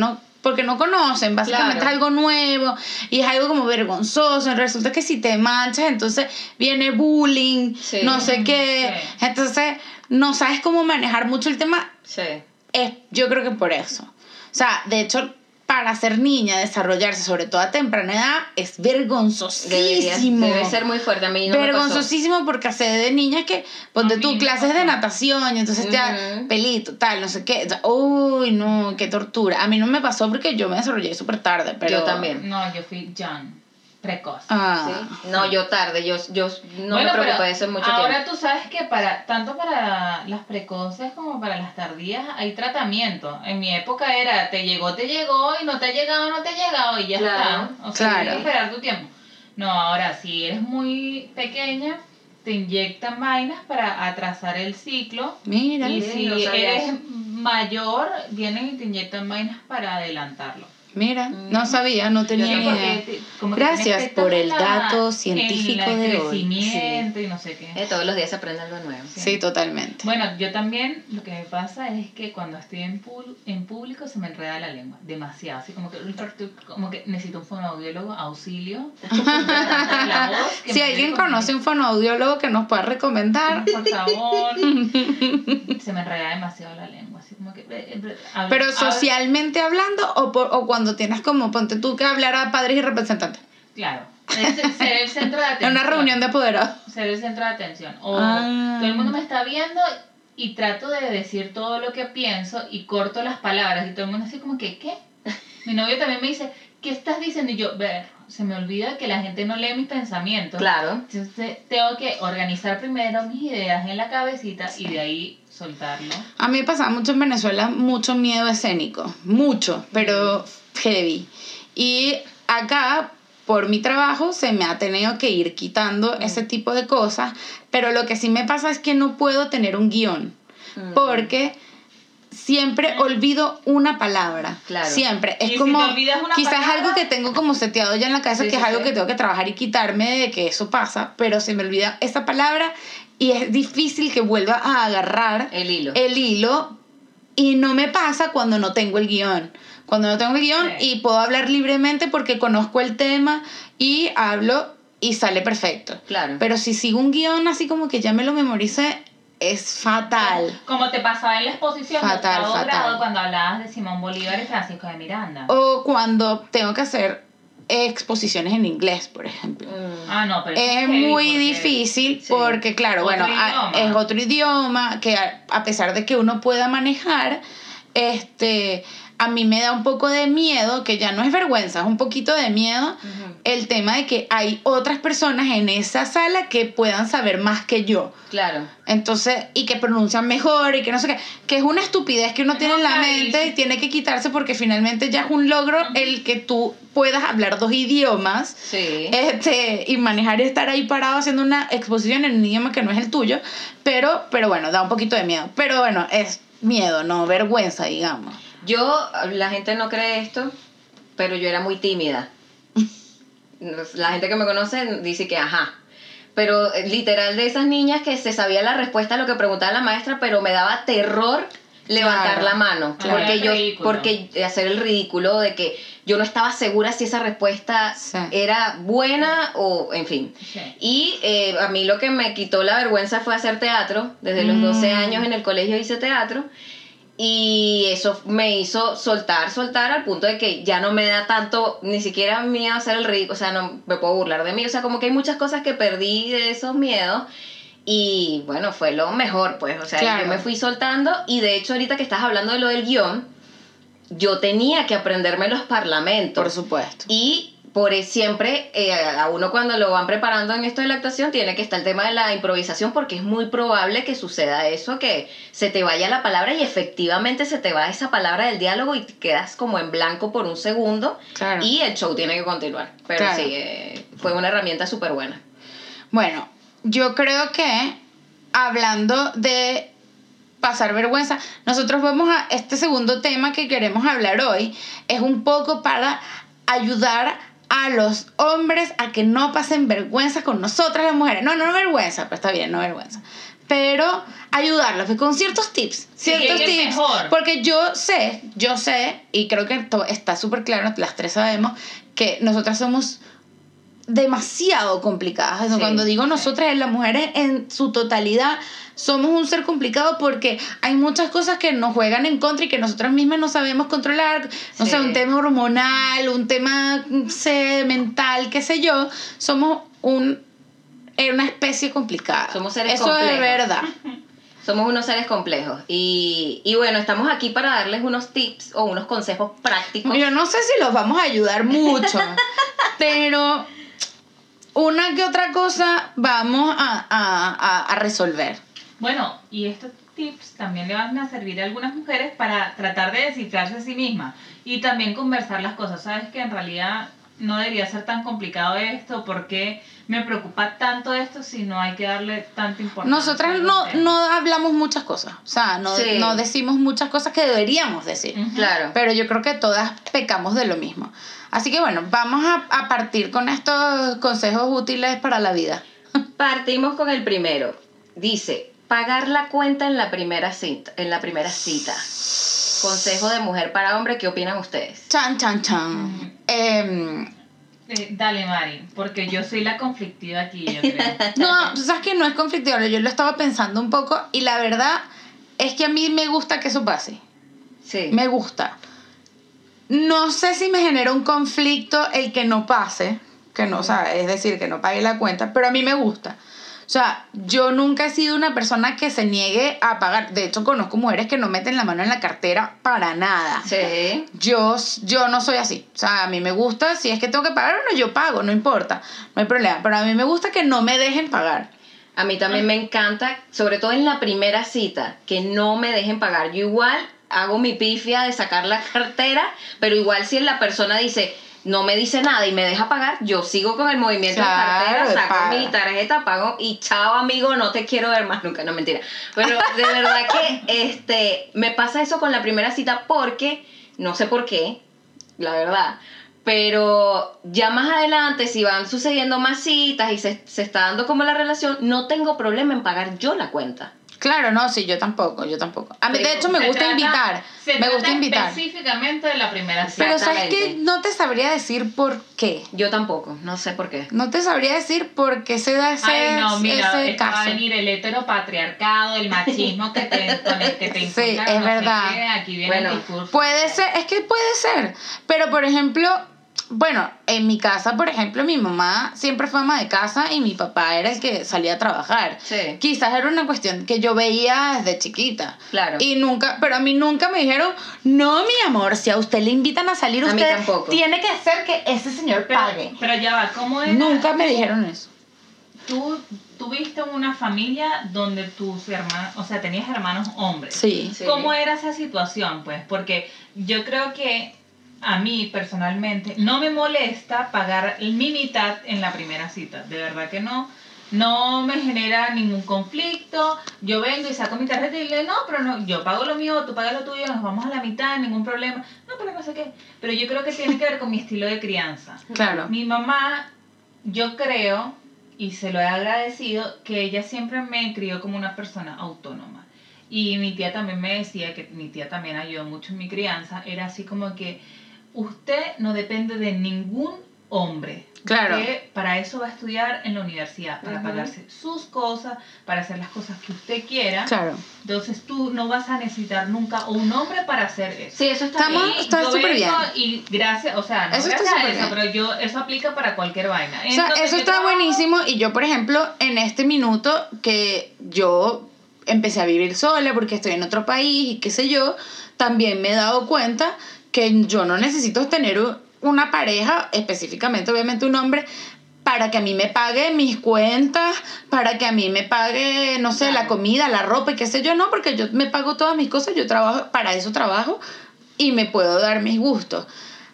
[SPEAKER 1] no conocen, básicamente
[SPEAKER 2] Claro.
[SPEAKER 1] es algo nuevo y es algo como vergonzoso, resulta que si te manchas entonces viene bullying,
[SPEAKER 2] Sí.
[SPEAKER 1] no sé qué,
[SPEAKER 3] Sí.
[SPEAKER 1] entonces no sabes cómo manejar mucho el tema,
[SPEAKER 2] Sí.
[SPEAKER 1] yo creo que por eso. O sea, de hecho, para ser niña, desarrollarse, sobre todo a temprana edad, es vergonzosísimo.
[SPEAKER 2] Debe ser muy fuerte. A mí no me pasó.
[SPEAKER 1] Vergonzosísimo porque hace de niña que ponte
[SPEAKER 3] A mí
[SPEAKER 1] tú
[SPEAKER 3] me
[SPEAKER 1] clases de
[SPEAKER 3] pasó.
[SPEAKER 1] natación y entonces ya
[SPEAKER 2] Ujú.
[SPEAKER 1] pelito, tal, no sé qué. O sea, uy, no, qué tortura. A mí no me pasó porque yo me desarrollé súper tarde, pero...
[SPEAKER 2] Yo también.
[SPEAKER 3] No, yo fui young, precoz.
[SPEAKER 1] Ah,
[SPEAKER 2] ¿Sí? No, yo tarde. Yo no
[SPEAKER 3] Bueno,
[SPEAKER 2] me preocupé
[SPEAKER 3] pero
[SPEAKER 2] de eso en mucho
[SPEAKER 3] ahora
[SPEAKER 2] tiempo.
[SPEAKER 3] tú sabes que tanto para las precoces como para las tardías hay tratamiento. En mi época era te llegó y no te ha llegado y ya
[SPEAKER 2] Claro,
[SPEAKER 3] está. O sea,
[SPEAKER 1] claro.
[SPEAKER 3] tienes que esperar tu tiempo. No, ahora si eres muy pequeña te inyectan vainas para atrasar el ciclo.
[SPEAKER 1] mira.
[SPEAKER 3] Y
[SPEAKER 2] Sí,
[SPEAKER 3] si
[SPEAKER 2] no sabía
[SPEAKER 3] eres
[SPEAKER 2] eso.
[SPEAKER 3] mayor, vienen y te inyectan vainas para adelantarlo.
[SPEAKER 1] Mira, no sabía, no tenía
[SPEAKER 3] Sí,
[SPEAKER 1] ni
[SPEAKER 3] porque
[SPEAKER 1] idea.
[SPEAKER 3] como que
[SPEAKER 1] Gracias
[SPEAKER 3] tiene efectos
[SPEAKER 1] por el
[SPEAKER 3] en
[SPEAKER 1] dato
[SPEAKER 3] en
[SPEAKER 1] científico
[SPEAKER 3] el
[SPEAKER 1] de hoy.
[SPEAKER 3] crecimiento y no sé qué.
[SPEAKER 2] Todos los días se aprende algo nuevo.
[SPEAKER 1] Sí, totalmente.
[SPEAKER 3] Bueno, yo también, lo que me pasa es que cuando estoy en público se me enreda la lengua, demasiado, así como que necesito un fonoaudiólogo, auxilio. La voz, que
[SPEAKER 1] Si
[SPEAKER 3] me
[SPEAKER 1] alguien
[SPEAKER 3] ayude con
[SPEAKER 1] conoce un fonoaudiólogo que nos pueda recomendar.
[SPEAKER 3] por favor. Se me enreda demasiado la lengua, así como que...
[SPEAKER 1] Pero socialmente hablando o cuando tienes como, ponte tú que hablar a padres y representantes.
[SPEAKER 3] Claro, ser el centro de
[SPEAKER 1] En
[SPEAKER 3] atención.
[SPEAKER 1] una reunión de apoderados.
[SPEAKER 3] Ser el centro de atención. O
[SPEAKER 1] Ah.
[SPEAKER 3] todo el mundo me está viendo y trato de decir todo lo que pienso y corto las palabras y todo el mundo así como que, ¿qué? Mi novio también me dice, ¿qué estás diciendo? Y yo, se me olvida que la gente no lee mis pensamientos.
[SPEAKER 2] Claro.
[SPEAKER 3] Entonces tengo que organizar primero mis ideas en la cabecita y de ahí soltarlo.
[SPEAKER 1] A mí me pasaba mucho en Venezuela, mucho miedo escénico, mucho, pero heavy. Y acá, por mi trabajo, se me ha tenido que ir quitando ese tipo de cosas, pero lo que sí me pasa es que no puedo tener un guión, porque siempre olvido una palabra.
[SPEAKER 2] Claro.
[SPEAKER 1] Siempre. Es
[SPEAKER 3] Y si
[SPEAKER 1] como,
[SPEAKER 3] te olvidas una
[SPEAKER 1] quizás
[SPEAKER 3] palabra-
[SPEAKER 1] algo que tengo como seteado ya en la cabeza,
[SPEAKER 2] Sí,
[SPEAKER 1] que
[SPEAKER 2] sí,
[SPEAKER 1] es algo
[SPEAKER 2] sí.
[SPEAKER 1] que tengo que trabajar y quitarme de que eso pasa, pero se me olvida esa palabra y es difícil que vuelva a agarrar
[SPEAKER 2] El hilo.
[SPEAKER 1] y no me pasa cuando no tengo el guión. Cuando no tengo el guión
[SPEAKER 3] Sí.
[SPEAKER 1] y puedo hablar libremente porque conozco el tema y hablo y sale perfecto.
[SPEAKER 2] Claro.
[SPEAKER 1] Pero si sigo un guión así como que ya me lo memoricé, es fatal.
[SPEAKER 3] Como te pasaba en la exposición de
[SPEAKER 1] Fatal,
[SPEAKER 3] octavo
[SPEAKER 1] fatal.
[SPEAKER 3] grado cuando hablabas de Simón Bolívar y Francisco de Miranda.
[SPEAKER 1] O cuando tengo que hacer exposiciones en inglés, por ejemplo.
[SPEAKER 3] Ah, no, pero
[SPEAKER 1] Es muy difícil porque, claro,
[SPEAKER 3] Otro
[SPEAKER 1] bueno,
[SPEAKER 3] idioma.
[SPEAKER 1] es otro idioma que a pesar de que uno pueda manejar, a mí me da un poco de miedo, que ya no es vergüenza, es un poquito de miedo, el tema de que hay otras personas en esa sala que puedan saber más que yo.
[SPEAKER 2] Claro.
[SPEAKER 1] Entonces, y que pronuncian mejor y que no sé qué, que es una estupidez que uno tiene en la mente y tiene que quitarse porque finalmente ya es un logro el que tú puedas hablar 2 idiomas,
[SPEAKER 2] Sí.
[SPEAKER 1] y manejar y estar ahí parado haciendo una exposición en un idioma que no es el tuyo, pero bueno, da un poquito de miedo. Pero bueno, es miedo, no vergüenza, digamos.
[SPEAKER 2] La gente no cree esto, pero yo era muy tímida. La gente que me conoce dice que ajá. Pero literal de esas niñas que se sabía la respuesta a lo que preguntaba la maestra, pero me daba terror levantar la mano.
[SPEAKER 3] Claro.
[SPEAKER 2] Porque hacer el ridículo de que yo no estaba segura si esa respuesta era buena o en fin.
[SPEAKER 3] Sí.
[SPEAKER 2] Y a mí lo que me quitó la vergüenza fue hacer teatro. Desde los 12 años en el colegio hice teatro. Y eso me hizo soltar al punto de que ya no me da tanto, ni siquiera miedo a hacer el ridículo, o sea, no me puedo burlar de mí, o sea, como que hay muchas cosas que perdí de esos miedos y bueno, fue lo mejor, pues, o sea,
[SPEAKER 1] claro.
[SPEAKER 2] Yo me fui soltando y de hecho ahorita que estás hablando de lo del guión, yo tenía que aprenderme los parlamentos.
[SPEAKER 1] Por supuesto.
[SPEAKER 2] Y siempre, a uno cuando lo van preparando en esto de la actuación, tiene que estar el tema de la improvisación porque es muy probable que suceda eso, que se te vaya la palabra y efectivamente se te va esa palabra del diálogo y te quedas como en blanco por un segundo.
[SPEAKER 1] Claro.
[SPEAKER 2] Y el show tiene que continuar. Pero
[SPEAKER 1] claro.
[SPEAKER 2] Sí, fue una herramienta súper buena.
[SPEAKER 1] Bueno, yo creo que hablando de pasar vergüenza, nosotros vamos a este segundo tema que queremos hablar hoy, es un poco para ayudar a los hombres a que no pasen vergüenza con nosotras las mujeres. No vergüenza, pero está bien, no vergüenza. Pero ayudarlos con ciertos tips. Ciertos tips.
[SPEAKER 3] Mejor.
[SPEAKER 1] Porque yo sé, y creo que está súper claro, las tres sabemos, que nosotras somos demasiado complicadas. Eso, cuando digo nosotras, las mujeres en su totalidad somos un ser complicado porque hay muchas cosas que nos juegan en contra y que nosotras mismas no sabemos controlar. No sé, un tema hormonal, un tema mental, qué sé yo. Somos una especie complicada.
[SPEAKER 2] Somos seres
[SPEAKER 1] Eso
[SPEAKER 2] complejos.
[SPEAKER 1] es verdad.
[SPEAKER 2] Somos unos seres complejos. Y bueno, estamos aquí para darles unos tips o unos consejos prácticos.
[SPEAKER 1] Yo no sé si los vamos a ayudar mucho, pero una que otra cosa vamos a resolver.
[SPEAKER 3] Bueno, y estos tips también le van a servir a algunas mujeres para tratar de descifrarse a sí mismas y también conversar las cosas. Sabes que en realidad no debería ser tan complicado esto, porque me preocupa tanto esto si no hay que darle tanta importancia.
[SPEAKER 1] Nosotras no hablamos muchas cosas, o sea, no decimos muchas cosas que deberíamos decir.
[SPEAKER 2] Claro.
[SPEAKER 1] Pero yo creo que todas pecamos de lo mismo. Así que bueno, vamos a partir con estos consejos útiles para la vida.
[SPEAKER 2] Partimos con el primero. Dice, pagar la cuenta en la primera cita. Consejo de mujer para hombre, ¿qué opinan ustedes?
[SPEAKER 1] Chan.
[SPEAKER 3] Dale, Mari, porque yo soy la conflictiva aquí, yo creo.
[SPEAKER 1] No, tú sabes que no es conflictivo, yo lo estaba pensando un poco y la verdad es que a mí me gusta que eso pase.
[SPEAKER 2] Sí.
[SPEAKER 1] Me gusta. No sé si me genera un conflicto el que no pase, que no, o sea, es decir, que no pague la cuenta, pero a mí me gusta. O sea, yo nunca he sido una persona que se niegue a pagar. De hecho, conozco mujeres que no meten la mano en la cartera para nada.
[SPEAKER 2] Sí.
[SPEAKER 1] Yo no soy así. O sea, a mí me gusta, si es que tengo que pagar, bueno, yo pago, no importa, no hay problema. Pero a mí me gusta que no me dejen pagar.
[SPEAKER 2] A mí también me encanta, sobre todo en la primera cita, que no me dejen pagar. Yo igual hago mi pifia de sacar la cartera, pero igual si la persona dice, no me dice nada y me deja pagar, yo sigo con el movimiento de cartera, saco mi tarjeta, pago y chao amigo, no te quiero ver más nunca. No, mentira. Pero de verdad que me pasa eso con la primera cita porque, no sé por qué, la verdad, pero ya más adelante, si van sucediendo más citas y se está dando como la relación, no tengo problema en pagar yo la cuenta.
[SPEAKER 1] Claro, no, sí, yo tampoco. A mí, de hecho, me gusta invitar. Me gusta invitar.
[SPEAKER 3] Específicamente de la primera cita.
[SPEAKER 1] Pero ¿sabes qué? No te sabría decir por qué.
[SPEAKER 2] Yo tampoco, no sé por qué.
[SPEAKER 1] No te sabría decir por qué se da ese,
[SPEAKER 3] Ay, no, mira,
[SPEAKER 1] ese
[SPEAKER 3] va a
[SPEAKER 1] caso.
[SPEAKER 3] venir el heteropatriarcado, el machismo con el que te
[SPEAKER 1] Sí,
[SPEAKER 3] inculcan,
[SPEAKER 1] es
[SPEAKER 3] no sé
[SPEAKER 1] verdad.
[SPEAKER 3] qué, aquí viene el
[SPEAKER 2] Bueno,
[SPEAKER 3] discurso.
[SPEAKER 1] Puede ser, es que puede ser. Pero, por ejemplo, bueno, en mi casa, por ejemplo, mi mamá siempre fue ama de casa y mi papá era el que salía a trabajar.
[SPEAKER 2] Sí.
[SPEAKER 1] Quizás era una cuestión que yo veía desde chiquita.
[SPEAKER 2] Claro.
[SPEAKER 1] Y nunca, pero a mí nunca me dijeron, no, mi amor, si a usted le invitan a salir,
[SPEAKER 2] A mí
[SPEAKER 1] usted
[SPEAKER 2] tampoco.
[SPEAKER 1] tiene que hacer que ese señor pague.
[SPEAKER 3] Pero ya va, ¿cómo era?
[SPEAKER 1] Nunca me dijeron eso.
[SPEAKER 3] Tú tuviste una familia donde tus hermanos, o sea, tenías hermanos hombres.
[SPEAKER 1] Sí.
[SPEAKER 2] Sí.
[SPEAKER 3] ¿Cómo era esa situación, pues? Porque yo creo que a mí, personalmente, no me molesta pagar mi mitad en la primera cita. De verdad que no. No me genera ningún conflicto. Yo vengo y saco mi tarjeta y le digo, no, pero no, yo pago lo mío, tú pagas lo tuyo, nos vamos a la mitad, ningún problema. No, pero no sé qué. Pero yo creo que tiene que ver con mi estilo de crianza.
[SPEAKER 1] Claro.
[SPEAKER 3] Mi mamá, yo creo, y se lo he agradecido, que ella siempre me crió como una persona autónoma. Y mi tía también me decía, que mi tía también ayudó mucho en mi crianza, era así como que usted no depende de ningún hombre.
[SPEAKER 1] Claro.
[SPEAKER 3] Usted para eso va a estudiar en la universidad, para pagarse sus cosas, para hacer las cosas que usted quiera.
[SPEAKER 1] Claro.
[SPEAKER 3] Entonces tú no vas a necesitar nunca un hombre para hacer eso.
[SPEAKER 2] Sí, eso está
[SPEAKER 1] Estamos-
[SPEAKER 2] bien.
[SPEAKER 1] está
[SPEAKER 3] Yo
[SPEAKER 1] súper
[SPEAKER 3] vengo
[SPEAKER 1] bien.
[SPEAKER 3] y gracias, o sea, no
[SPEAKER 1] Eso está
[SPEAKER 3] gracias a
[SPEAKER 1] súper
[SPEAKER 3] eso,
[SPEAKER 1] bien.
[SPEAKER 3] pero eso aplica para cualquier vaina.
[SPEAKER 1] O sea,
[SPEAKER 3] Entonces,
[SPEAKER 1] eso
[SPEAKER 3] yo
[SPEAKER 1] está
[SPEAKER 3] trabajo-
[SPEAKER 1] buenísimo y yo, por ejemplo, en este minuto que yo empecé a vivir sola porque estoy en otro país y qué sé yo, también me he dado cuenta que yo no necesito tener una pareja, específicamente obviamente un hombre, para que a mí me pague mis cuentas, para que a mí me pague, no sé, la comida, la ropa y qué sé yo, no, porque yo me pago todas mis cosas, yo trabajo, para eso trabajo y me puedo dar mis gustos.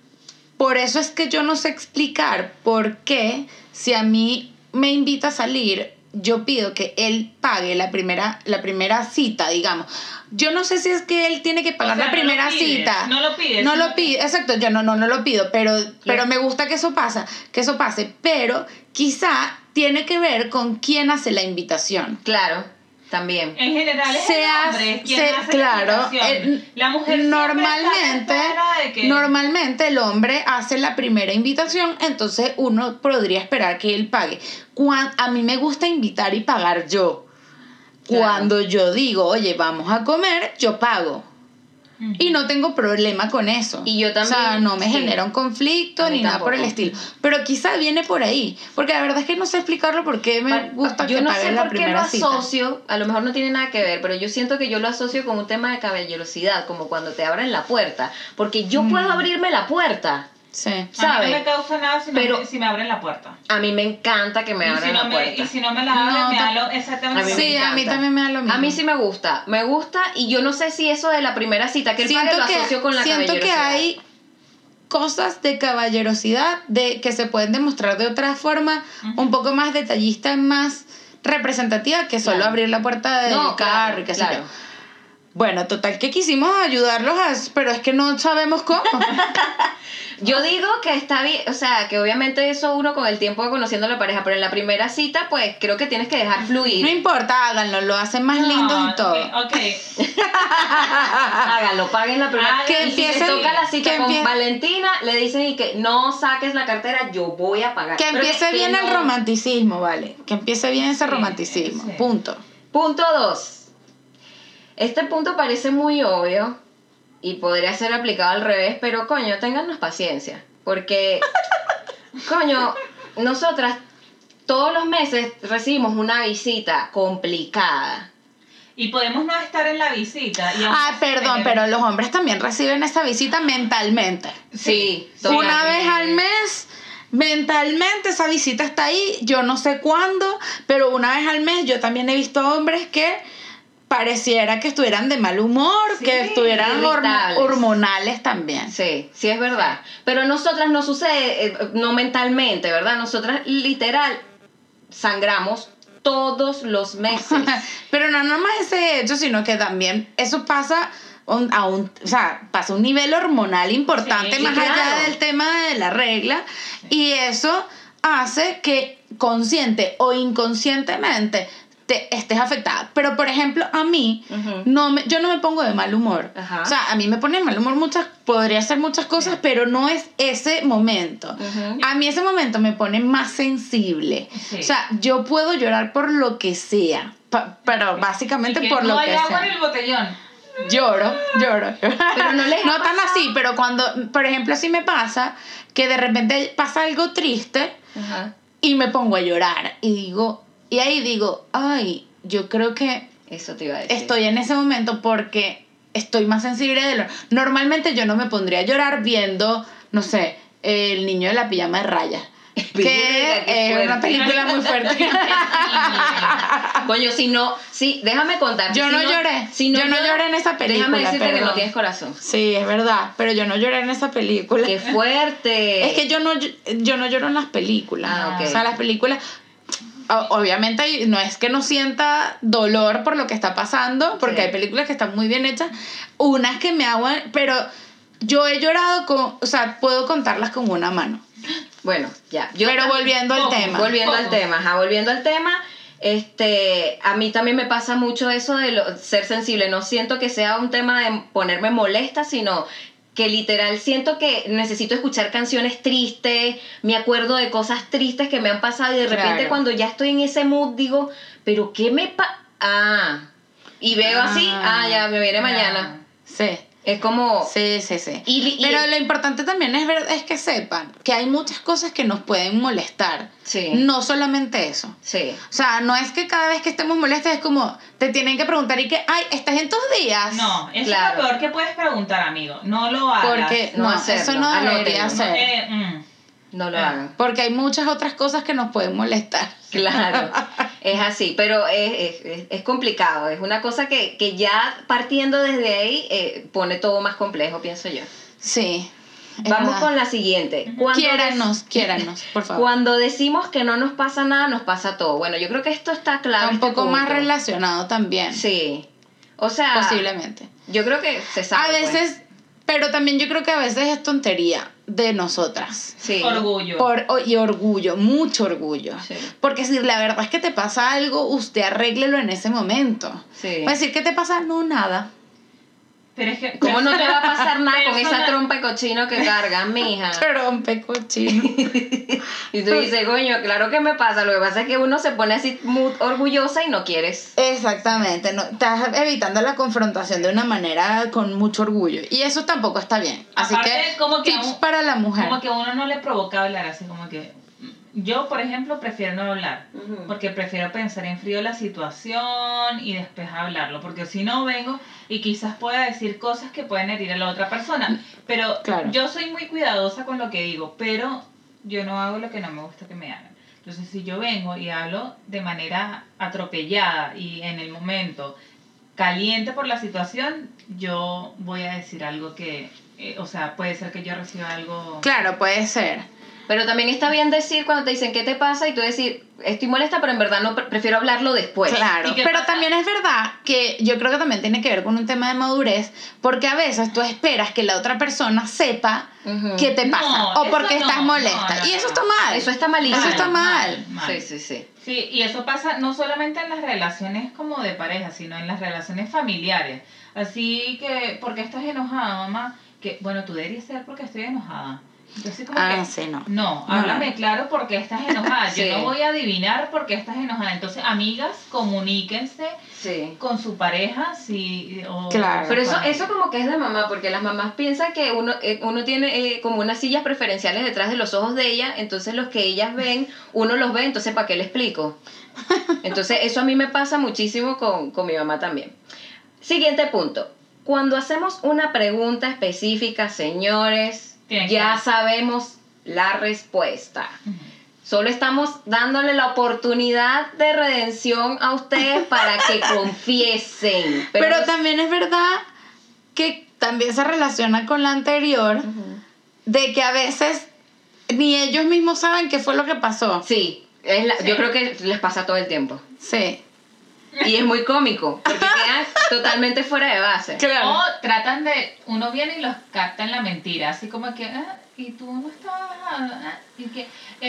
[SPEAKER 1] Por eso es que yo no sé explicar por qué si a mí me invita a salir, yo pido que él pague la primera cita, digamos. Yo no sé si es que él tiene que pagar
[SPEAKER 3] O sea,
[SPEAKER 1] la
[SPEAKER 3] no lo
[SPEAKER 1] primera
[SPEAKER 3] pides,
[SPEAKER 1] cita.
[SPEAKER 3] no lo pides,
[SPEAKER 1] No
[SPEAKER 3] sino
[SPEAKER 1] lo pido, exacto, yo no lo pido, pero me gusta que eso pase, pero quizá tiene que ver con quién hace la invitación.
[SPEAKER 2] Claro, también.
[SPEAKER 3] En general es
[SPEAKER 1] Se
[SPEAKER 3] el
[SPEAKER 1] hace-
[SPEAKER 3] hombre quien
[SPEAKER 1] se-
[SPEAKER 3] hace
[SPEAKER 1] claro,
[SPEAKER 3] la invitación. La mujer
[SPEAKER 1] normalmente,
[SPEAKER 3] de que...
[SPEAKER 1] normalmente el hombre hace la primera invitación, entonces uno podría esperar que él pague. A mí me gusta invitar y pagar yo.
[SPEAKER 2] Claro.
[SPEAKER 1] Cuando yo digo, oye, vamos a comer, yo pago.
[SPEAKER 3] Ujú.
[SPEAKER 1] Y no tengo problema con eso.
[SPEAKER 2] Y yo también,
[SPEAKER 1] O sea, no me
[SPEAKER 2] sí.
[SPEAKER 1] genera un conflicto
[SPEAKER 2] A mí
[SPEAKER 1] ni nada por el
[SPEAKER 2] tampoco.
[SPEAKER 1] estilo. Pero quizá viene por ahí. Porque la verdad es que no sé explicarlo porque me gusta
[SPEAKER 2] Yo
[SPEAKER 1] que
[SPEAKER 2] no
[SPEAKER 1] paguen
[SPEAKER 2] sé
[SPEAKER 1] la
[SPEAKER 2] por qué lo
[SPEAKER 1] primera cita.
[SPEAKER 2] asocio, a lo mejor no tiene nada que ver, pero yo siento que yo lo asocio con un tema de caballerosidad, como cuando te abren la puerta. Porque yo puedo abrirme la puerta,
[SPEAKER 1] Sí.
[SPEAKER 3] A mí
[SPEAKER 2] ¿sabes?
[SPEAKER 3] no me causa nada si me abren la puerta.
[SPEAKER 2] A mí me encanta que me
[SPEAKER 3] Y
[SPEAKER 2] abran
[SPEAKER 3] si, no
[SPEAKER 2] la
[SPEAKER 3] me,
[SPEAKER 2] puerta.
[SPEAKER 3] y si no me la abren,
[SPEAKER 1] No,
[SPEAKER 3] me
[SPEAKER 1] ta-
[SPEAKER 3] da lo exactamente
[SPEAKER 2] A mí
[SPEAKER 3] lo
[SPEAKER 2] me
[SPEAKER 1] Sí,
[SPEAKER 3] mismo.
[SPEAKER 1] a mí
[SPEAKER 2] encanta.
[SPEAKER 1] también me da lo mismo.
[SPEAKER 2] A mí sí me gusta y yo no sé si eso de la primera cita, que el padre lo asoció con la
[SPEAKER 1] siento que
[SPEAKER 2] caballerosidad.
[SPEAKER 1] hay cosas de caballerosidad que se pueden demostrar de otra forma, un poco más detallista, más representativa que solo
[SPEAKER 2] Claro.
[SPEAKER 1] abrir la puerta del
[SPEAKER 2] No,
[SPEAKER 1] carro
[SPEAKER 2] claro,
[SPEAKER 1] y qué sé
[SPEAKER 2] claro.
[SPEAKER 1] yo. Bueno, total que quisimos ayudarlos, pero es que no sabemos cómo.
[SPEAKER 2] Yo digo que está bien, o sea, que obviamente eso uno con el tiempo va conociendo a la pareja, pero en la primera cita, pues creo que tienes que dejar
[SPEAKER 1] No
[SPEAKER 2] fluir.
[SPEAKER 1] importa, háganlo, lo hacen más lindos y todo.
[SPEAKER 3] Ok.
[SPEAKER 2] Háganlo, paguen la primera.
[SPEAKER 3] Que
[SPEAKER 2] Y si
[SPEAKER 1] empiecen-
[SPEAKER 2] te toca la cita
[SPEAKER 1] que
[SPEAKER 2] con
[SPEAKER 1] empie-
[SPEAKER 2] Valentina, le dicen y que no saques la cartera, yo voy a pagar.
[SPEAKER 1] Que
[SPEAKER 2] Pero
[SPEAKER 1] empiece bien el
[SPEAKER 2] no-
[SPEAKER 1] romanticismo, ¿vale? Que empiece bien ese
[SPEAKER 3] Sí,
[SPEAKER 1] romanticismo,
[SPEAKER 3] sí.
[SPEAKER 1] punto.
[SPEAKER 2] Punto 2. Este punto parece muy obvio y podría ser aplicado al revés, pero coño, téngannos paciencia. Porque, coño, nosotras todos los meses recibimos una visita complicada.
[SPEAKER 3] Y podemos no estar en la visita. Y aún
[SPEAKER 1] Ah,
[SPEAKER 3] así
[SPEAKER 1] perdón,
[SPEAKER 3] tener-
[SPEAKER 1] pero los hombres también reciben esa visita mentalmente.
[SPEAKER 2] Sí,
[SPEAKER 1] Una
[SPEAKER 2] totalmente.
[SPEAKER 1] vez al mes, mentalmente esa visita está ahí, yo no sé cuándo, pero una vez al mes yo también he visto hombres que pareciera que estuvieran de mal humor,
[SPEAKER 3] Sí,
[SPEAKER 1] que estuvieran
[SPEAKER 2] irritables.
[SPEAKER 1] hormonales también.
[SPEAKER 2] Sí, sí es verdad. Pero nosotras no sucede, no mentalmente, ¿verdad? Nosotras literal sangramos todos los meses.
[SPEAKER 1] Pero no nomás ese hecho, sino que también eso pasa pasa a un nivel hormonal importante
[SPEAKER 3] Sí,
[SPEAKER 1] más
[SPEAKER 2] claro.
[SPEAKER 1] allá del tema de la regla, y eso hace que consciente o inconscientemente te estés afectada. Pero por ejemplo, a mí
[SPEAKER 2] Ujú.
[SPEAKER 1] yo no me pongo de mal humor.
[SPEAKER 2] Ajá.
[SPEAKER 1] O sea, a mí me pone de mal humor podría hacer muchas cosas, pero no es ese momento.
[SPEAKER 2] Ujú.
[SPEAKER 1] A mí ese momento me pone más sensible.
[SPEAKER 3] Sí.
[SPEAKER 1] O sea, yo puedo llorar por lo que sea, pero básicamente
[SPEAKER 3] Y que
[SPEAKER 1] por
[SPEAKER 3] no
[SPEAKER 1] lo
[SPEAKER 3] hay
[SPEAKER 1] que
[SPEAKER 3] agua
[SPEAKER 1] sea.
[SPEAKER 3] en el botellón.
[SPEAKER 1] lloro.
[SPEAKER 2] Pero no les ha
[SPEAKER 1] No tan
[SPEAKER 2] pasado.
[SPEAKER 1] así, pero cuando, por ejemplo, sí me pasa que de repente pasa algo triste
[SPEAKER 2] Ajá.
[SPEAKER 1] y me pongo a llorar y ahí digo, ay, yo creo que
[SPEAKER 2] Eso te iba a decir.
[SPEAKER 1] estoy en ese momento porque estoy más sensible de lo... Normalmente yo no me pondría a llorar viendo, no sé, El niño de la pijama de rayas.
[SPEAKER 2] Verga, qué
[SPEAKER 1] Que es una
[SPEAKER 2] fuerte.
[SPEAKER 1] película muy fuerte.
[SPEAKER 2] Coño, si no, sí, déjame contarte.
[SPEAKER 1] Yo
[SPEAKER 2] si
[SPEAKER 1] no lloré. Yo no lloré en esa película,
[SPEAKER 2] Déjame decirte que no
[SPEAKER 1] perdón.
[SPEAKER 2] tienes corazón.
[SPEAKER 1] Sí, es verdad, pero yo no lloré en esa película.
[SPEAKER 2] ¡Qué fuerte!
[SPEAKER 1] Es que yo no lloro en las películas.
[SPEAKER 2] Ah, ok.
[SPEAKER 1] O sea, las películas... Obviamente no es que no sienta dolor por lo que está pasando, porque
[SPEAKER 2] Sí.
[SPEAKER 1] hay películas que están muy bien hechas, unas que me aguan, pero yo he llorado o sea, puedo contarlas con una mano.
[SPEAKER 2] Bueno, ya.
[SPEAKER 1] Pero volviendo al
[SPEAKER 3] Poco.
[SPEAKER 1] tema.
[SPEAKER 2] Volviendo al
[SPEAKER 3] Pocos.
[SPEAKER 2] tema, volviendo al tema, a mí también me pasa mucho eso de ser sensible. No siento que sea un tema de ponerme molesta, sino que literal siento que necesito escuchar canciones tristes, me acuerdo de cosas tristes que me han pasado y de repente
[SPEAKER 1] Claro.
[SPEAKER 2] cuando ya estoy en ese mood digo, pero ¿qué me pasa? Y veo así, ya me viene mañana.
[SPEAKER 1] Sí.
[SPEAKER 2] Es como...
[SPEAKER 1] Sí.
[SPEAKER 2] Y-
[SPEAKER 1] Pero lo importante también es que sepan que hay muchas cosas que nos pueden molestar.
[SPEAKER 2] Sí.
[SPEAKER 1] No solamente eso.
[SPEAKER 2] Sí.
[SPEAKER 1] O sea, no es que cada vez que estemos molestas es como, te tienen que preguntar y que, ay, ¿estás en tus días?
[SPEAKER 3] No, eso
[SPEAKER 2] Claro.
[SPEAKER 3] es lo peor que puedes preguntar, amigo. No lo hagas.
[SPEAKER 1] Porque
[SPEAKER 2] no
[SPEAKER 1] no,
[SPEAKER 2] hacerlo,
[SPEAKER 1] eso no debería
[SPEAKER 2] anótenlo.
[SPEAKER 1] ser.
[SPEAKER 2] No lo
[SPEAKER 3] Ah.
[SPEAKER 2] hagan.
[SPEAKER 1] Porque hay muchas otras cosas que nos pueden molestar.
[SPEAKER 2] Claro, es así, pero es complicado, es una cosa que ya partiendo desde ahí pone todo más complejo, pienso yo.
[SPEAKER 1] Sí. es
[SPEAKER 2] Vamos
[SPEAKER 1] verdad.
[SPEAKER 2] con la siguiente.
[SPEAKER 1] Quiéranos, por favor.
[SPEAKER 2] Cuando decimos que no nos pasa nada, nos pasa todo. Bueno, yo creo que esto está claro.
[SPEAKER 1] Está un poco más
[SPEAKER 2] punto.
[SPEAKER 1] relacionado también.
[SPEAKER 2] Sí, o sea,
[SPEAKER 1] Posiblemente.
[SPEAKER 2] yo creo que se sabe.
[SPEAKER 1] A
[SPEAKER 2] pues.
[SPEAKER 1] veces, pero también yo creo que a veces es tontería de nosotras.
[SPEAKER 2] Sí.
[SPEAKER 3] Orgullo.
[SPEAKER 1] Y orgullo, mucho orgullo.
[SPEAKER 2] Sí.
[SPEAKER 1] Porque si la verdad es que te pasa algo, usted arréglelo en ese momento.
[SPEAKER 2] Sí.
[SPEAKER 1] Va a decir, ¿qué te pasa? No, nada.
[SPEAKER 3] Pero es que...
[SPEAKER 2] ¿Cómo no te va a pasar nada con esa
[SPEAKER 3] Persona-
[SPEAKER 2] trompa de cochino que cargas, mija?
[SPEAKER 1] Trompe cochino.
[SPEAKER 2] Y tú dices, coño, claro que me pasa. Lo que pasa es que uno se pone así muy orgullosa y no quieres.
[SPEAKER 1] Exactamente, no, estás evitando la confrontación de una manera con mucho orgullo. Y eso tampoco está bien. Así
[SPEAKER 3] Aparte,
[SPEAKER 1] que,
[SPEAKER 3] como que
[SPEAKER 1] tips
[SPEAKER 3] a un-
[SPEAKER 1] para la mujer.
[SPEAKER 3] Como que a uno no le provoca hablar, así como que... Yo, por ejemplo, prefiero no hablar,
[SPEAKER 2] Ujú.
[SPEAKER 3] porque prefiero pensar en frío la situación y después hablarlo, porque si no vengo y quizás pueda decir cosas que pueden herir a la otra persona, pero
[SPEAKER 1] Claro.
[SPEAKER 3] yo soy muy cuidadosa con lo que digo, pero yo no hago lo que no me gusta que me hagan. Entonces, si yo vengo y hablo de manera atropellada y en el momento caliente por la situación, yo voy a decir algo que, o sea, puede ser que yo reciba algo...
[SPEAKER 1] Claro, puede ser.
[SPEAKER 2] Pero también está bien decir cuando te dicen, ¿qué te pasa? Y tú decir, estoy molesta, pero en verdad no prefiero hablarlo después.
[SPEAKER 1] Claro,
[SPEAKER 3] ¿Y qué
[SPEAKER 1] pero
[SPEAKER 3] pasa?
[SPEAKER 1] también es verdad que yo creo que también tiene que ver con un tema de madurez, porque a veces tú esperas que la otra persona sepa
[SPEAKER 2] Ujú.
[SPEAKER 1] qué te pasa
[SPEAKER 3] No,
[SPEAKER 1] o
[SPEAKER 3] eso
[SPEAKER 1] porque
[SPEAKER 3] no,
[SPEAKER 1] estás molesta.
[SPEAKER 3] no,
[SPEAKER 1] y eso
[SPEAKER 3] no.
[SPEAKER 1] está mal.
[SPEAKER 2] Eso está malísimo.
[SPEAKER 1] Eso está mal.
[SPEAKER 2] Sí, sí, sí.
[SPEAKER 3] Sí, y eso pasa no solamente en las relaciones como de pareja, sino en las relaciones familiares. Así que, ¿por qué estás enojada, mamá? Que, bueno, tú deberías ser porque estoy enojada. Entonces, como que,
[SPEAKER 1] Sí, no.
[SPEAKER 3] no,
[SPEAKER 1] No,
[SPEAKER 3] háblame
[SPEAKER 1] no.
[SPEAKER 3] claro por qué estás enojada.
[SPEAKER 2] Sí.
[SPEAKER 3] Yo no voy a adivinar por qué estás enojada. Entonces, amigas, comuníquense
[SPEAKER 2] Sí.
[SPEAKER 3] con su pareja. O
[SPEAKER 1] Claro.
[SPEAKER 2] Pero eso,
[SPEAKER 3] familia.
[SPEAKER 2] eso como que es de mamá, porque las mamás piensan que uno tiene como unas sillas preferenciales detrás de los ojos de ella, entonces los que ellas ven, uno los ve, entonces ¿para qué le explico? Entonces eso a mí me pasa muchísimo con mi mamá también. Siguiente punto. Cuando hacemos una pregunta específica, señores,
[SPEAKER 3] Tiene que
[SPEAKER 2] ya
[SPEAKER 3] ser.
[SPEAKER 2] sabemos la respuesta.
[SPEAKER 3] Ujú.
[SPEAKER 2] Solo estamos dándole la oportunidad de redención a ustedes para que confiesen.
[SPEAKER 1] Pero también es verdad que también se relaciona con la anterior,
[SPEAKER 2] Ujú.
[SPEAKER 1] de que a veces ni ellos mismos saben qué fue lo que pasó.
[SPEAKER 2] Sí, yo creo que les pasa todo el tiempo.
[SPEAKER 1] Sí.
[SPEAKER 2] Y es muy cómico, porque quedan totalmente fuera de base.
[SPEAKER 1] Claro.
[SPEAKER 3] O tratan de, uno viene y los capta en la mentira, así como que, y tú no estabas, y que,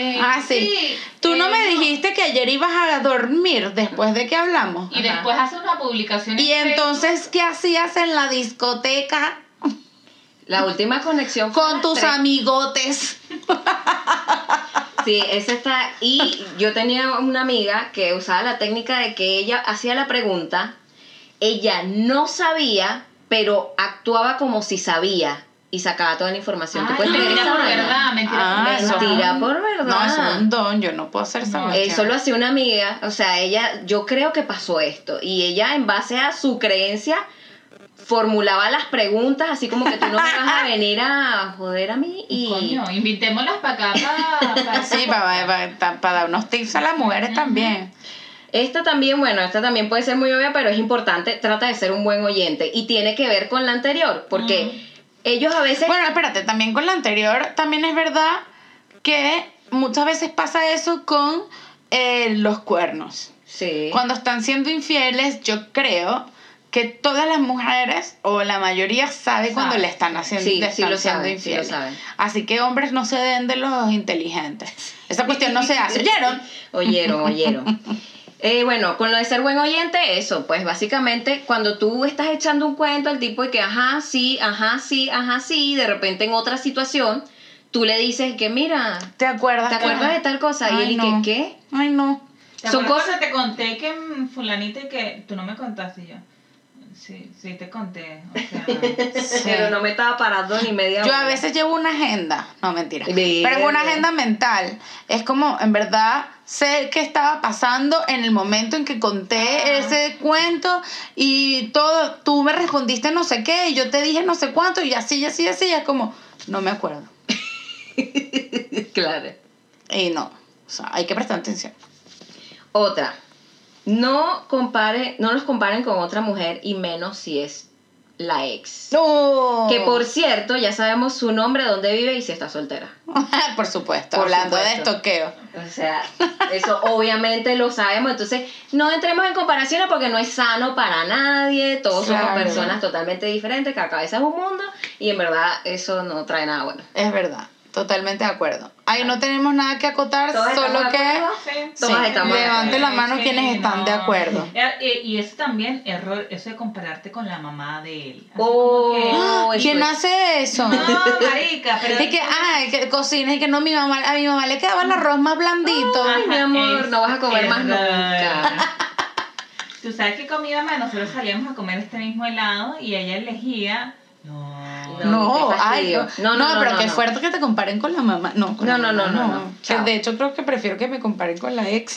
[SPEAKER 1] Sí. Tú no me dijiste que ayer ibas a dormir después de que hablamos.
[SPEAKER 3] Y
[SPEAKER 2] Ajá.
[SPEAKER 3] después hace una publicación
[SPEAKER 1] Y
[SPEAKER 3] en
[SPEAKER 1] entonces, ¿qué hacías en la discoteca
[SPEAKER 2] La última conexión fue a
[SPEAKER 1] con
[SPEAKER 2] las
[SPEAKER 1] tus
[SPEAKER 2] 3.
[SPEAKER 1] amigotes?
[SPEAKER 2] Sí, esa está. Y yo tenía una amiga que usaba la técnica de que ella hacía la pregunta, ella no sabía, pero actuaba como si sabía y sacaba toda la información. ¿Tú
[SPEAKER 3] Ay,
[SPEAKER 2] puedes creer
[SPEAKER 3] mentira
[SPEAKER 2] esa
[SPEAKER 3] por
[SPEAKER 2] vaina?
[SPEAKER 3] verdad, mentira por
[SPEAKER 1] eso-
[SPEAKER 3] verdad.
[SPEAKER 2] Mentira por verdad.
[SPEAKER 1] No, eso es un don, yo no puedo hacer esa
[SPEAKER 3] No.
[SPEAKER 1] cuestión.
[SPEAKER 2] Eso lo hacía una amiga, o sea, yo creo que pasó esto, y ella en base a su creencia formulaba las preguntas, así como que tú no me vas a venir a joder a mí y...
[SPEAKER 3] Coño, invitémoslas para acá para
[SPEAKER 1] Sí, para dar unos tips a las mujeres también.
[SPEAKER 2] Esta también puede ser muy obvia, pero es importante, trata de ser un buen oyente, y tiene que ver con la anterior, porque ellos a veces...
[SPEAKER 1] Bueno, espérate, también con la anterior, también es verdad que muchas veces pasa eso con los cuernos.
[SPEAKER 2] Sí.
[SPEAKER 1] Cuando están siendo infieles, yo creo que todas las mujeres, o la mayoría, sabe cuando le están haciendo,
[SPEAKER 2] Sí,
[SPEAKER 1] le
[SPEAKER 2] sí
[SPEAKER 1] están
[SPEAKER 2] lo
[SPEAKER 1] siendo
[SPEAKER 2] saben, sí lo
[SPEAKER 1] infieles.
[SPEAKER 2] saben.
[SPEAKER 1] Así que hombres no se den de los inteligentes. Esa cuestión no se hace. ¿Oyeron?
[SPEAKER 2] Oyeron. Bueno, con lo de ser buen oyente, eso, pues básicamente cuando tú estás echando un cuento al tipo de que ajá, sí, y de repente en otra situación, tú le dices que mira,
[SPEAKER 1] ¿Te acuerdas?
[SPEAKER 2] ¿te acuerdas de tal cosa? Y
[SPEAKER 1] Ay,
[SPEAKER 2] él y
[SPEAKER 1] no.
[SPEAKER 2] que, ¿qué?
[SPEAKER 1] Ay, no.
[SPEAKER 3] ¿Te
[SPEAKER 2] Son
[SPEAKER 3] acuerdas
[SPEAKER 2] cosas-
[SPEAKER 3] cuando te conté que fulanita y que tú no me contaste y yo? Sí te conté. O sea,
[SPEAKER 2] Pero no me estaba parando ni media
[SPEAKER 1] Yo
[SPEAKER 2] hora.
[SPEAKER 1] a veces llevo una agenda, no mentira,
[SPEAKER 2] Bien.
[SPEAKER 1] pero es una agenda mental. Es como, en verdad, sé qué estaba pasando en el momento en que conté ese cuento y todo, tú me respondiste no sé qué y yo te dije no sé cuánto y así, es como, no me acuerdo.
[SPEAKER 2] Claro.
[SPEAKER 1] Y no, o sea, hay que prestar atención.
[SPEAKER 2] Otra, no los comparen con otra mujer y menos si es la ex.
[SPEAKER 1] No.
[SPEAKER 2] Que por cierto, ya sabemos su nombre, dónde vive y si está soltera.
[SPEAKER 1] Por supuesto,
[SPEAKER 2] Por
[SPEAKER 1] hablando de
[SPEAKER 2] supuesto.
[SPEAKER 1] estoqueo.
[SPEAKER 2] O sea, eso obviamente lo sabemos. Entonces, no entremos en comparaciones porque no es sano para nadie. Todos somos
[SPEAKER 1] Claro.
[SPEAKER 2] personas totalmente diferentes, cada cabeza es un mundo. Y en verdad, eso no trae nada bueno.
[SPEAKER 1] Es verdad, totalmente de acuerdo. Ahí no tenemos nada que acotar,
[SPEAKER 2] ¿Todos estamos
[SPEAKER 1] solo
[SPEAKER 2] de
[SPEAKER 1] que...
[SPEAKER 2] acuerdo?
[SPEAKER 3] sí.
[SPEAKER 2] Todas estamos de
[SPEAKER 1] levante la
[SPEAKER 3] Sí,
[SPEAKER 1] mano quienes están de
[SPEAKER 3] no.
[SPEAKER 1] acuerdo.
[SPEAKER 3] Y eso también, error, eso de compararte con la mamá de él. Así
[SPEAKER 2] Oh, eso
[SPEAKER 1] ¿Quién
[SPEAKER 2] es-
[SPEAKER 1] hace eso?
[SPEAKER 3] como que, no, marica, pero...
[SPEAKER 1] Y que cocina y que no, a mi mamá le quedaba el arroz más blandito.
[SPEAKER 2] Ay, mi amor, no vas a comer más
[SPEAKER 3] error.
[SPEAKER 2] nunca.
[SPEAKER 3] Tú sabes que comida más, nosotros salíamos a comer este mismo helado y ella elegía...
[SPEAKER 1] No,
[SPEAKER 2] qué
[SPEAKER 1] ay,
[SPEAKER 2] fastidio.
[SPEAKER 1] no, pero qué
[SPEAKER 2] no.
[SPEAKER 1] fuerte que te comparen con la mamá. No, con
[SPEAKER 2] No,
[SPEAKER 1] la
[SPEAKER 2] no,
[SPEAKER 1] mamá,
[SPEAKER 2] no, no.
[SPEAKER 1] Que
[SPEAKER 2] Chao.
[SPEAKER 1] de hecho creo que prefiero que me comparen con la ex.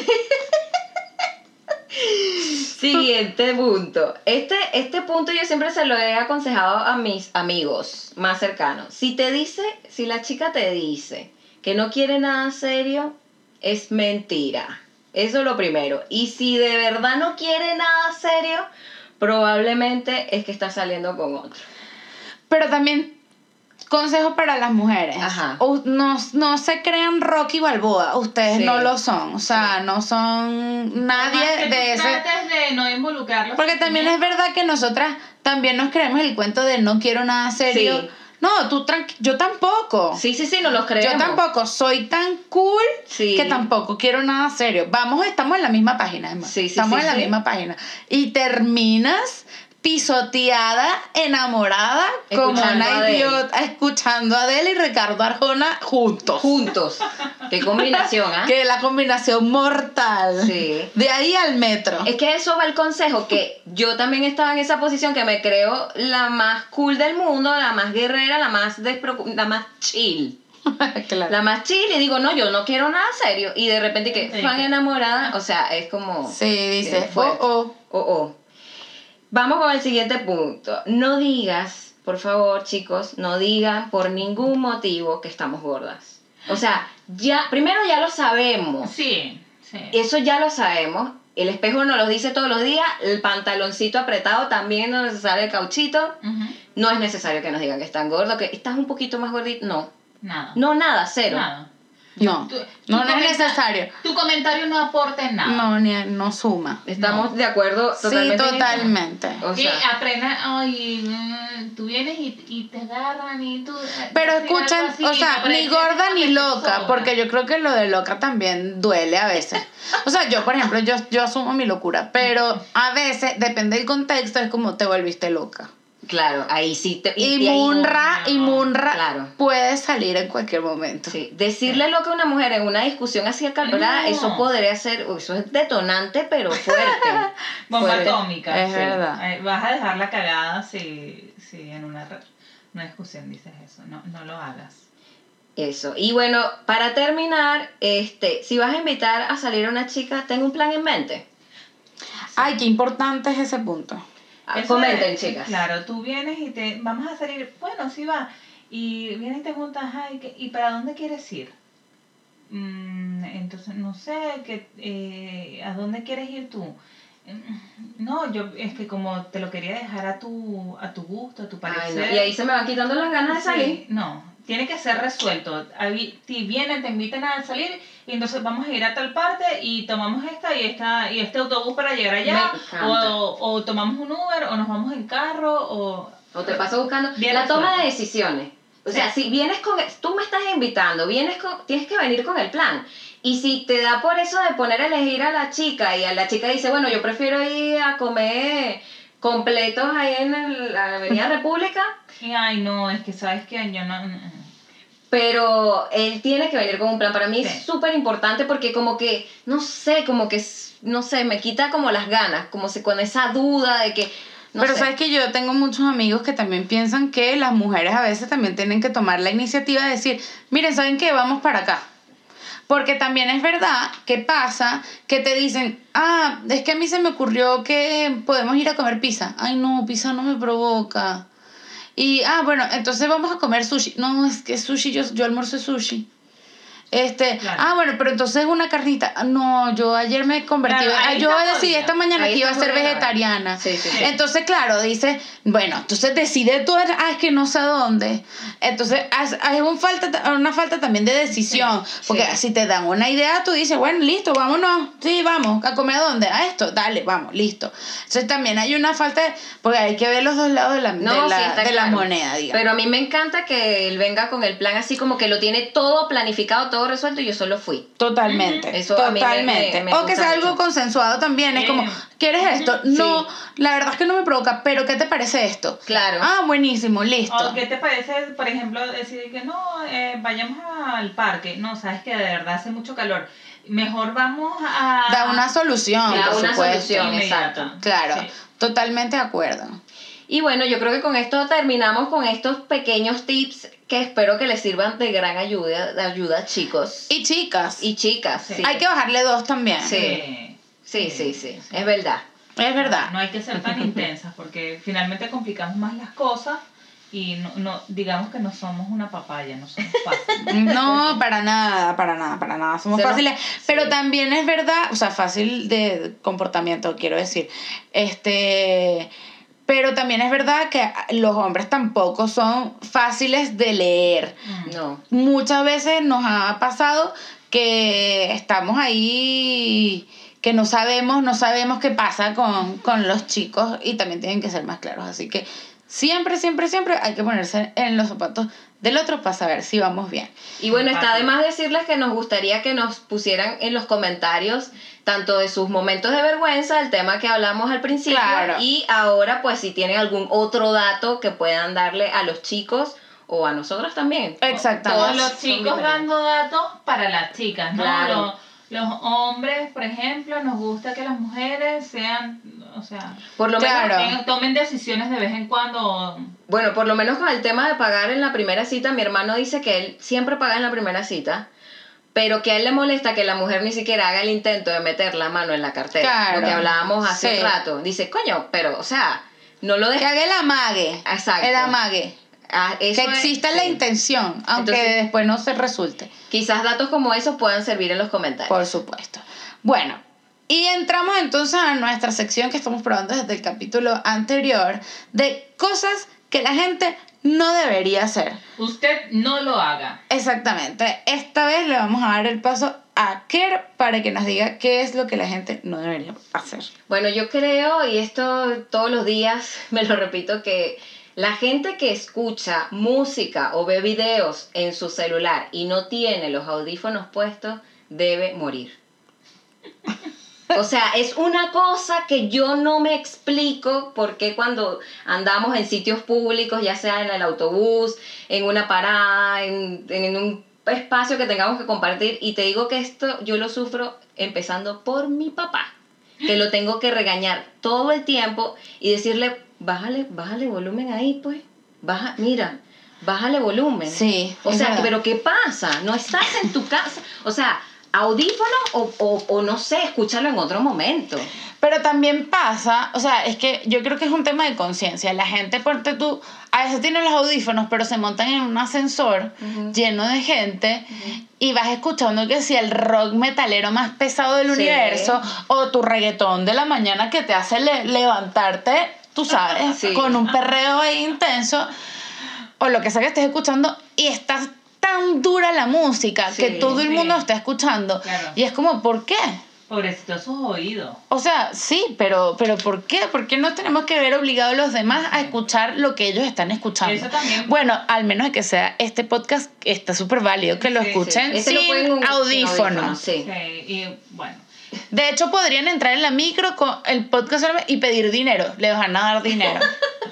[SPEAKER 2] Siguiente punto. Este punto yo siempre se lo he aconsejado a mis amigos más cercanos. Si la chica te dice que no quiere nada serio, es mentira. Eso es lo primero. Y si de verdad no quiere nada serio, probablemente es que está saliendo con otro.
[SPEAKER 1] Pero también, consejo para las mujeres.
[SPEAKER 2] Ajá.
[SPEAKER 1] No se crean Rocky Balboa. Ustedes
[SPEAKER 2] Sí.
[SPEAKER 1] no lo son. O sea, no son nadie de ese...
[SPEAKER 3] Trates de no involucrarlos.
[SPEAKER 1] Porque también es verdad que nosotras también nos creemos el cuento de no quiero nada serio.
[SPEAKER 2] Sí.
[SPEAKER 1] No, yo tampoco.
[SPEAKER 2] Sí, no los creemos.
[SPEAKER 1] Yo tampoco soy tan cool
[SPEAKER 2] Sí.
[SPEAKER 1] que tampoco quiero nada serio. Estamos en la misma página, además.
[SPEAKER 2] Sí,
[SPEAKER 1] estamos en la
[SPEAKER 2] sí.
[SPEAKER 1] misma página. Y terminas pisoteada, enamorada, como
[SPEAKER 2] Escuchando a
[SPEAKER 1] una
[SPEAKER 2] Adele.
[SPEAKER 1] idiota, escuchando a Adele y Ricardo Arjona juntos.
[SPEAKER 2] Juntos. Qué combinación, ¿ah?
[SPEAKER 1] Que es la combinación mortal.
[SPEAKER 2] Sí.
[SPEAKER 1] De ahí al metro.
[SPEAKER 2] Es que eso va el consejo, que yo también estaba en esa posición, que me creo la más cool del mundo, la más guerrera, la más chill.
[SPEAKER 1] Claro.
[SPEAKER 2] La más chill, y digo, no, yo no quiero nada serio. Y de repente que
[SPEAKER 3] Sí.
[SPEAKER 2] fan enamorada, o sea, es como...
[SPEAKER 1] Sí, dice,
[SPEAKER 2] bien fuerte.
[SPEAKER 1] oh.
[SPEAKER 2] Vamos con el siguiente punto. No digas, por favor, chicos, no digan por ningún motivo que estamos gordas. O sea, primero ya lo sabemos.
[SPEAKER 3] Sí.
[SPEAKER 2] Eso ya lo sabemos. El espejo nos lo dice todos los días. El pantaloncito apretado también donde se sale el cauchito.
[SPEAKER 3] Ujú.
[SPEAKER 2] No es necesario que nos digan que están gordos, que estás un poquito más gordito. No.
[SPEAKER 3] Nada.
[SPEAKER 2] No, nada, cero.
[SPEAKER 3] Nada.
[SPEAKER 1] No, no es necesario.
[SPEAKER 3] Tu comentario no aporta en nada.
[SPEAKER 1] No suma.
[SPEAKER 2] Estamos de acuerdo totalmente.
[SPEAKER 1] Sí,
[SPEAKER 2] en eso.
[SPEAKER 1] totalmente.
[SPEAKER 2] O
[SPEAKER 3] Que
[SPEAKER 2] sea,
[SPEAKER 3] aprendan, tú vienes y te agarran y tú...
[SPEAKER 1] Pero
[SPEAKER 3] decir algo
[SPEAKER 1] escuchen,
[SPEAKER 3] así,
[SPEAKER 1] o sea,
[SPEAKER 3] no, pero
[SPEAKER 1] ni
[SPEAKER 3] es que
[SPEAKER 1] gorda
[SPEAKER 3] eso
[SPEAKER 1] ni
[SPEAKER 3] me
[SPEAKER 1] loca,
[SPEAKER 3] sobra.
[SPEAKER 1] porque yo creo que lo de loca también duele a veces. O sea, yo, por ejemplo, yo asumo mi locura, pero a veces, depende del contexto, es como te volviste loca.
[SPEAKER 2] Claro, ahí sí te...
[SPEAKER 1] Y
[SPEAKER 2] ahí
[SPEAKER 1] Munra
[SPEAKER 2] claro.
[SPEAKER 1] puede salir en cualquier momento.
[SPEAKER 2] Sí, decirle lo que a una mujer en una discusión así acalorada,
[SPEAKER 3] No.
[SPEAKER 2] eso podría ser, eso es detonante, pero fuerte.
[SPEAKER 3] Bomba
[SPEAKER 2] Fuerte.
[SPEAKER 3] atómica.
[SPEAKER 1] Es verdad.
[SPEAKER 3] Vas a dejar la cagada si en una discusión dices eso. No lo hagas.
[SPEAKER 2] Eso. Y bueno, para terminar, si vas a invitar a salir a una chica, ten un plan en mente.
[SPEAKER 1] Ay, qué importante es ese punto.
[SPEAKER 2] Comenten, chicas.
[SPEAKER 3] Claro, tú vienes y vamos a salir, bueno, sí va, y vienes y te juntas, ay, ¿y para dónde quieres ir? Entonces, no sé, ¿a dónde quieres ir tú? No, yo es que como te lo quería dejar a tu gusto, a tu parecer.
[SPEAKER 2] Ay, no. Y ahí se me van quitando las ganas de salir.
[SPEAKER 3] Sí, no, tiene que ser resuelto. Si vienen, te invitan a salir y entonces vamos a ir a tal parte y tomamos y este autobús para llegar allá, o tomamos un Uber, o nos vamos en carro, o
[SPEAKER 2] te paso buscando.
[SPEAKER 3] Bien
[SPEAKER 2] la
[SPEAKER 3] resuelto.
[SPEAKER 2] toma de decisiones. O sea, si vienes tú me estás invitando, tienes que venir con el plan. Y si te da por eso de poner a elegir a la chica y a la chica dice, bueno, yo prefiero ir a comer completos ahí en la Avenida República.
[SPEAKER 3] Y ay, no, es que sabes que yo no.
[SPEAKER 2] Pero él tiene que venir con un plan. Para mí
[SPEAKER 3] Sí.
[SPEAKER 2] es súper importante porque como que, no sé, me quita como las ganas, como si con esa duda de que...
[SPEAKER 1] Pero sabes que yo tengo muchos amigos que también piensan que las mujeres a veces también tienen que tomar la iniciativa de decir, miren, ¿saben qué? Vamos para acá. Porque también es verdad que pasa que te dicen, es que a mí se me ocurrió que podemos ir a comer pizza. Ay, no, pizza no me provoca. Y, bueno, entonces vamos a comer sushi. No, es que sushi, yo almuerzo sushi.
[SPEAKER 3] Claro.
[SPEAKER 1] Bueno, pero entonces una carnita. No, yo ayer me convertí.
[SPEAKER 3] Claro,
[SPEAKER 1] Yo
[SPEAKER 3] está
[SPEAKER 1] decidí
[SPEAKER 3] jodida.
[SPEAKER 1] esta mañana
[SPEAKER 2] Ahí
[SPEAKER 1] que iba a
[SPEAKER 2] está
[SPEAKER 1] ser
[SPEAKER 2] jodida.
[SPEAKER 1] vegetariana.
[SPEAKER 2] Sí.
[SPEAKER 1] Entonces, claro, dice, bueno, entonces decide tú, es que no sé dónde. Entonces, hay una falta también de decisión.
[SPEAKER 2] Sí,
[SPEAKER 1] porque
[SPEAKER 2] sí.
[SPEAKER 1] si te dan una idea, tú dices, bueno, listo, vámonos. Sí, vamos, ¿a comer a dónde? A esto, dale, vamos, listo. Entonces, también hay una falta, porque hay que ver los dos lados de la
[SPEAKER 2] Claro.
[SPEAKER 1] moneda, digamos.
[SPEAKER 2] Pero a mí me encanta que él venga con el plan así como que lo tiene todo planificado, todo resuelto y yo solo fui.
[SPEAKER 1] Totalmente,
[SPEAKER 2] Eso a mí
[SPEAKER 1] totalmente.
[SPEAKER 2] me
[SPEAKER 1] O que
[SPEAKER 2] gusta
[SPEAKER 1] sea algo
[SPEAKER 2] mucho.
[SPEAKER 1] consensuado también. Es como, ¿quieres esto? No, la verdad es que no me provoca, pero ¿qué te parece esto?
[SPEAKER 2] Claro.
[SPEAKER 1] Buenísimo, listo.
[SPEAKER 3] ¿O qué te parece, por ejemplo, decir que no, vayamos al parque? No, sabes que de verdad hace mucho calor. Mejor vamos a...
[SPEAKER 1] Da una solución,
[SPEAKER 2] Da
[SPEAKER 1] por
[SPEAKER 2] una
[SPEAKER 1] supuesto.
[SPEAKER 2] solución,
[SPEAKER 3] Inmediata.
[SPEAKER 2] exacto.
[SPEAKER 1] Claro,
[SPEAKER 3] Sí.
[SPEAKER 1] totalmente de acuerdo.
[SPEAKER 2] Y bueno, yo creo que con esto terminamos con estos pequeños tips que espero que les sirvan de gran ayuda, chicos.
[SPEAKER 1] Y chicas,
[SPEAKER 2] Y chicas, sí.
[SPEAKER 1] hay que bajarle 2 también.
[SPEAKER 2] Sí. Sí, es verdad.
[SPEAKER 1] Es verdad.
[SPEAKER 3] No hay que ser tan intensas porque finalmente complicamos más las cosas y no digamos que no somos una papaya, no somos fáciles.
[SPEAKER 1] No, para nada. Somos fáciles. Pero también es verdad, o sea, fácil de comportamiento, quiero decir. Pero también es verdad que los hombres tampoco son fáciles de leer.
[SPEAKER 2] No.
[SPEAKER 1] Muchas veces nos ha pasado que estamos ahí, que no sabemos qué pasa con los chicos y también tienen que ser más claros. Así que siempre hay que ponerse en los zapatos del otro para saber si vamos bien.
[SPEAKER 2] Y bueno, está de más decirles que nos gustaría que nos pusieran en los comentarios tanto de sus momentos de vergüenza, el tema que hablamos al principio,
[SPEAKER 1] Claro.
[SPEAKER 2] y ahora pues si tienen algún otro dato que puedan darle a los chicos o a nosotros también.
[SPEAKER 1] Exactamente.
[SPEAKER 3] Todos los
[SPEAKER 2] Son
[SPEAKER 3] chicos
[SPEAKER 2] diferentes.
[SPEAKER 3] dando datos para las chicas, ¿no?
[SPEAKER 2] Claro.
[SPEAKER 3] Los hombres, por ejemplo, nos gusta que las mujeres sean, o sea,
[SPEAKER 2] Por lo
[SPEAKER 1] Claro.
[SPEAKER 2] menos,
[SPEAKER 3] tomen decisiones de vez en cuando.
[SPEAKER 2] bueno, por lo menos con el tema de pagar en la primera cita, mi hermano dice que él siempre paga en la primera cita, pero que a él le molesta que la mujer ni siquiera haga el intento de meter la mano en la cartera.
[SPEAKER 1] Claro.
[SPEAKER 2] Lo que hablábamos hace
[SPEAKER 1] Sí.
[SPEAKER 2] un rato. Dice, coño, pero, o sea, no lo
[SPEAKER 1] Que
[SPEAKER 2] dejes.
[SPEAKER 1] haga el amague.
[SPEAKER 2] Exacto.
[SPEAKER 1] El amague.
[SPEAKER 2] Eso
[SPEAKER 1] Que
[SPEAKER 2] es-
[SPEAKER 1] exista la
[SPEAKER 2] sí.
[SPEAKER 1] intención, aunque
[SPEAKER 2] Entonces-
[SPEAKER 1] después no se resulte.
[SPEAKER 2] Quizás datos como esos puedan servir en los comentarios.
[SPEAKER 1] Por supuesto. Bueno, y entramos entonces a nuestra sección que estamos probando desde el capítulo anterior de cosas que la gente no debería hacer.
[SPEAKER 3] Usted no lo haga.
[SPEAKER 1] Exactamente. Esta vez le vamos a dar el paso a Ker para que nos diga qué es lo que la gente no debería hacer.
[SPEAKER 2] Bueno, yo creo, y esto todos los días me lo repito, que la gente que escucha música o ve videos en su celular y no tiene los audífonos puestos, debe morir. O sea, es una cosa que yo no me explico por qué cuando andamos en sitios públicos, ya sea en el autobús, en una parada, en un espacio que tengamos que compartir, y te digo que esto yo lo sufro empezando por mi papá, que lo tengo que regañar todo el tiempo y decirle, bájale volumen ahí, pues, bájale volumen.
[SPEAKER 1] Sí,
[SPEAKER 2] O
[SPEAKER 1] es
[SPEAKER 2] sea,
[SPEAKER 1] verdad.
[SPEAKER 2] pero ¿qué pasa? No estás en tu casa, o sea, audífono o no sé, escúchalo en otro momento.
[SPEAKER 1] Pero también pasa, o sea, es que yo creo que es un tema de conciencia. La gente, ponte tú, a veces tienen los audífonos, pero se montan en un ascensor lleno de gente y vas escuchando que si el rock metalero más pesado del
[SPEAKER 2] Sí.
[SPEAKER 1] universo o tu reggaetón de la mañana que te hace levantarte, tú sabes,
[SPEAKER 2] Sí.
[SPEAKER 1] con un perreo ahí intenso o lo que sea que estés escuchando y estás tan dura la música
[SPEAKER 2] Sí,
[SPEAKER 1] que todo el
[SPEAKER 3] sí.
[SPEAKER 1] mundo está escuchando.
[SPEAKER 3] Claro.
[SPEAKER 1] Y es como, ¿por qué?
[SPEAKER 3] Pobrecitos sus oídos.
[SPEAKER 1] O sea, sí, pero ¿por qué? ¿Por qué no tenemos que ver obligados a los demás a escuchar lo que ellos están escuchando?
[SPEAKER 3] Eso también.
[SPEAKER 1] Bueno, al menos de que sea este podcast, está súper válido que lo
[SPEAKER 3] Sí, sí.
[SPEAKER 1] escuchen
[SPEAKER 2] Este lo pueden
[SPEAKER 1] sin
[SPEAKER 2] sin
[SPEAKER 1] audífonos.
[SPEAKER 2] sí.
[SPEAKER 3] Sí, y bueno.
[SPEAKER 1] De hecho, podrían entrar en la micro con el podcast y pedir dinero. Les van a dar dinero.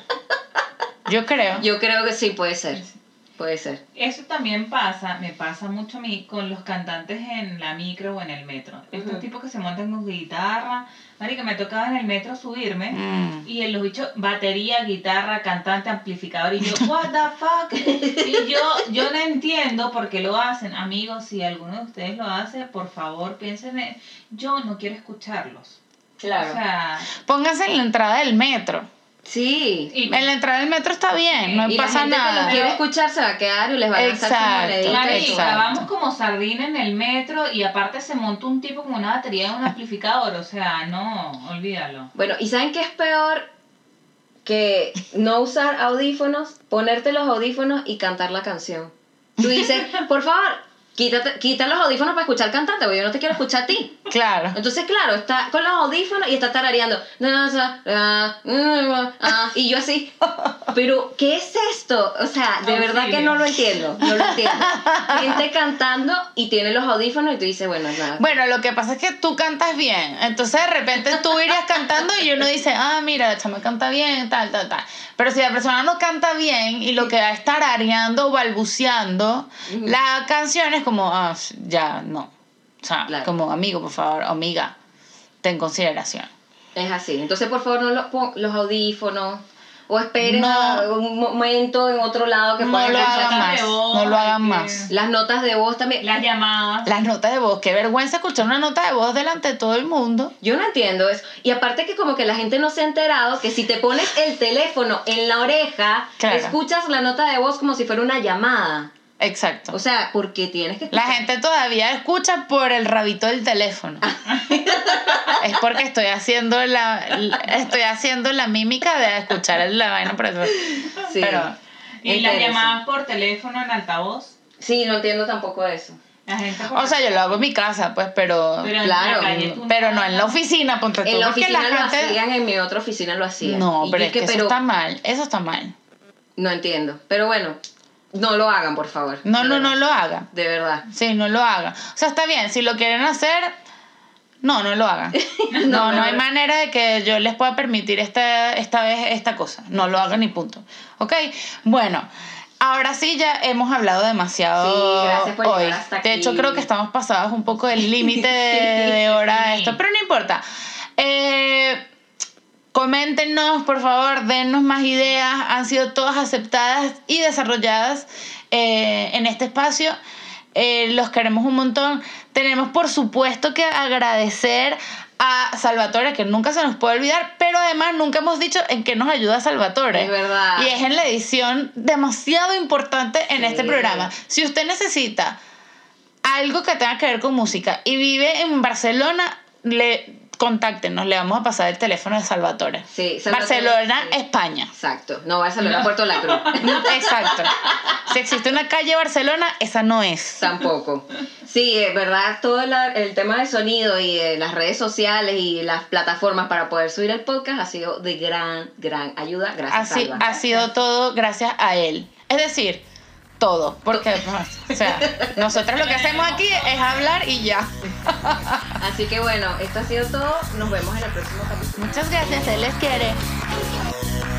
[SPEAKER 1] Yo creo.
[SPEAKER 2] Yo creo que sí, puede ser. Puede ser.
[SPEAKER 3] Eso también me pasa mucho a mí con los cantantes en la micro o en el metro. Estos tipos que se montan con guitarra. Marica, me tocaba en el metro subirme y en los bichos, batería, guitarra, cantante, amplificador. Y yo, what the fuck? Y yo no entiendo por qué lo hacen. Amigos, si alguno de ustedes lo hace, por favor, piensen en... Yo no quiero escucharlos.
[SPEAKER 2] Claro.
[SPEAKER 3] O sea,
[SPEAKER 1] Pónganse en la entrada del metro.
[SPEAKER 2] Sí.
[SPEAKER 3] y,
[SPEAKER 1] En la entrada del metro está bien, no
[SPEAKER 2] Y
[SPEAKER 1] pasa
[SPEAKER 2] la gente que
[SPEAKER 1] nada.
[SPEAKER 2] lo quiere escuchar se va a quedar y les va a lanzar su
[SPEAKER 1] Exacto.
[SPEAKER 2] monedita y
[SPEAKER 3] marica,
[SPEAKER 1] Exacto.
[SPEAKER 3] vamos como sardina en el metro y aparte se monta un tipo con una batería de un amplificador. O sea, no, olvídalo.
[SPEAKER 2] Bueno, ¿y saben qué es peor que no usar audífonos? Ponerte los audífonos y cantar la canción. Tú dices, por favor, quita los audífonos para escuchar cantante, porque yo no te quiero escuchar a ti.
[SPEAKER 1] Claro.
[SPEAKER 2] Entonces, claro, está con los audífonos y está tarareando. Y yo así, pero ¿qué es esto? O sea, de verdad que no lo entiendo. No lo entiendo. Gente cantando y tiene los audífonos y tú dices, bueno, nada.
[SPEAKER 1] Bueno, lo que pasa es que tú cantas bien. Entonces, de repente tú irías cantando y uno dice, ah, mira, la chama canta bien, tal. Pero si la persona no canta bien y lo que va a estar areando o balbuceando, la canción es como, ah, ya, no. O sea,
[SPEAKER 2] Claro.
[SPEAKER 1] como amigo, por favor, amiga, ten consideración.
[SPEAKER 2] Es así. Entonces, por favor, no los audífonos. O esperen
[SPEAKER 1] No.
[SPEAKER 2] a un momento en otro lado que
[SPEAKER 1] No
[SPEAKER 2] puedan
[SPEAKER 1] lo
[SPEAKER 2] escuchar.
[SPEAKER 1] hagan más,
[SPEAKER 3] de voz,
[SPEAKER 1] no lo hagan
[SPEAKER 3] hay que-
[SPEAKER 1] más.
[SPEAKER 2] Las notas de voz también.
[SPEAKER 3] Las llamadas.
[SPEAKER 1] Las notas de voz, qué vergüenza escuchar una nota de voz delante de todo el mundo.
[SPEAKER 2] Yo no entiendo eso. Y aparte que como que la gente no se ha enterado que si te pones el teléfono en la oreja,
[SPEAKER 1] Claro.
[SPEAKER 2] escuchas la nota de voz como si fuera una llamada.
[SPEAKER 1] Exacto.
[SPEAKER 2] O sea, porque tienes que
[SPEAKER 1] La
[SPEAKER 2] escuchar.
[SPEAKER 1] gente todavía escucha por el rabito del teléfono. Es porque estoy haciendo la mímica de escuchar la vaina por eso.
[SPEAKER 2] Sí.
[SPEAKER 1] Pero
[SPEAKER 3] Y las
[SPEAKER 2] Interesa.
[SPEAKER 3] llamadas por teléfono en altavoz.
[SPEAKER 2] Sí, no entiendo tampoco eso.
[SPEAKER 3] La gente
[SPEAKER 1] o sea, yo lo hago en mi casa, pues, pero
[SPEAKER 3] pero
[SPEAKER 2] claro,
[SPEAKER 3] en la calle tú
[SPEAKER 1] no en la oficina, ponte tú,
[SPEAKER 2] En la
[SPEAKER 1] porque
[SPEAKER 2] oficina
[SPEAKER 1] la
[SPEAKER 2] lo
[SPEAKER 1] gente
[SPEAKER 2] hacían, en mi otra oficina lo hacían.
[SPEAKER 1] no,
[SPEAKER 2] Y
[SPEAKER 1] pero
[SPEAKER 2] yo
[SPEAKER 1] es que eso está mal, eso está mal.
[SPEAKER 2] No entiendo. Pero bueno, no lo hagan, por favor.
[SPEAKER 1] No
[SPEAKER 2] De verdad.
[SPEAKER 1] lo hagan.
[SPEAKER 2] De verdad.
[SPEAKER 1] Sí, no lo hagan. O sea, está bien, si lo quieren hacer, no lo hagan. No hay
[SPEAKER 2] mejor.
[SPEAKER 1] manera de que yo les pueda permitir esta vez esta cosa. No lo hagan ni punto. ¿Ok? Bueno, ahora sí ya hemos hablado demasiado
[SPEAKER 2] Sí, gracias por
[SPEAKER 1] hoy.
[SPEAKER 2] llegar hasta
[SPEAKER 1] De hecho,
[SPEAKER 2] aquí.
[SPEAKER 1] creo que estamos pasados un poco del límite de hora de
[SPEAKER 3] Sí.
[SPEAKER 1] esto, pero no importa. Coméntenos, por favor, dennos más ideas. Han sido todas aceptadas y desarrolladas en este espacio. Los queremos un montón. Tenemos, por supuesto, que agradecer a Salvatore, que nunca se nos puede olvidar, pero además nunca hemos dicho en qué nos ayuda Salvatore.
[SPEAKER 2] Es verdad.
[SPEAKER 1] Y es en la edición demasiado importante en
[SPEAKER 2] Sí.
[SPEAKER 1] este programa. Si usted necesita algo que tenga que ver con música y vive en Barcelona, contáctenos, le vamos a pasar el teléfono de Salvatore.
[SPEAKER 2] Sí, Salvatore,
[SPEAKER 1] Barcelona,
[SPEAKER 2] sí.
[SPEAKER 1] España.
[SPEAKER 2] Exacto. No, Barcelona, Puerto La Cruz.
[SPEAKER 1] Exacto. Si existe una calle Barcelona, esa no es.
[SPEAKER 2] Tampoco. Sí, es verdad, todo el tema del sonido y las redes sociales y las plataformas para poder subir el podcast ha sido de gran ayuda. Gracias,
[SPEAKER 1] Así
[SPEAKER 2] Salva.
[SPEAKER 1] ha sido todo gracias a él. Es decir, todo, porque pues, o sea, nosotros lo que hacemos aquí es hablar y ya.
[SPEAKER 2] Así que bueno, esto ha sido todo. Nos vemos en el próximo capítulo.
[SPEAKER 1] Muchas gracias, él les quiere.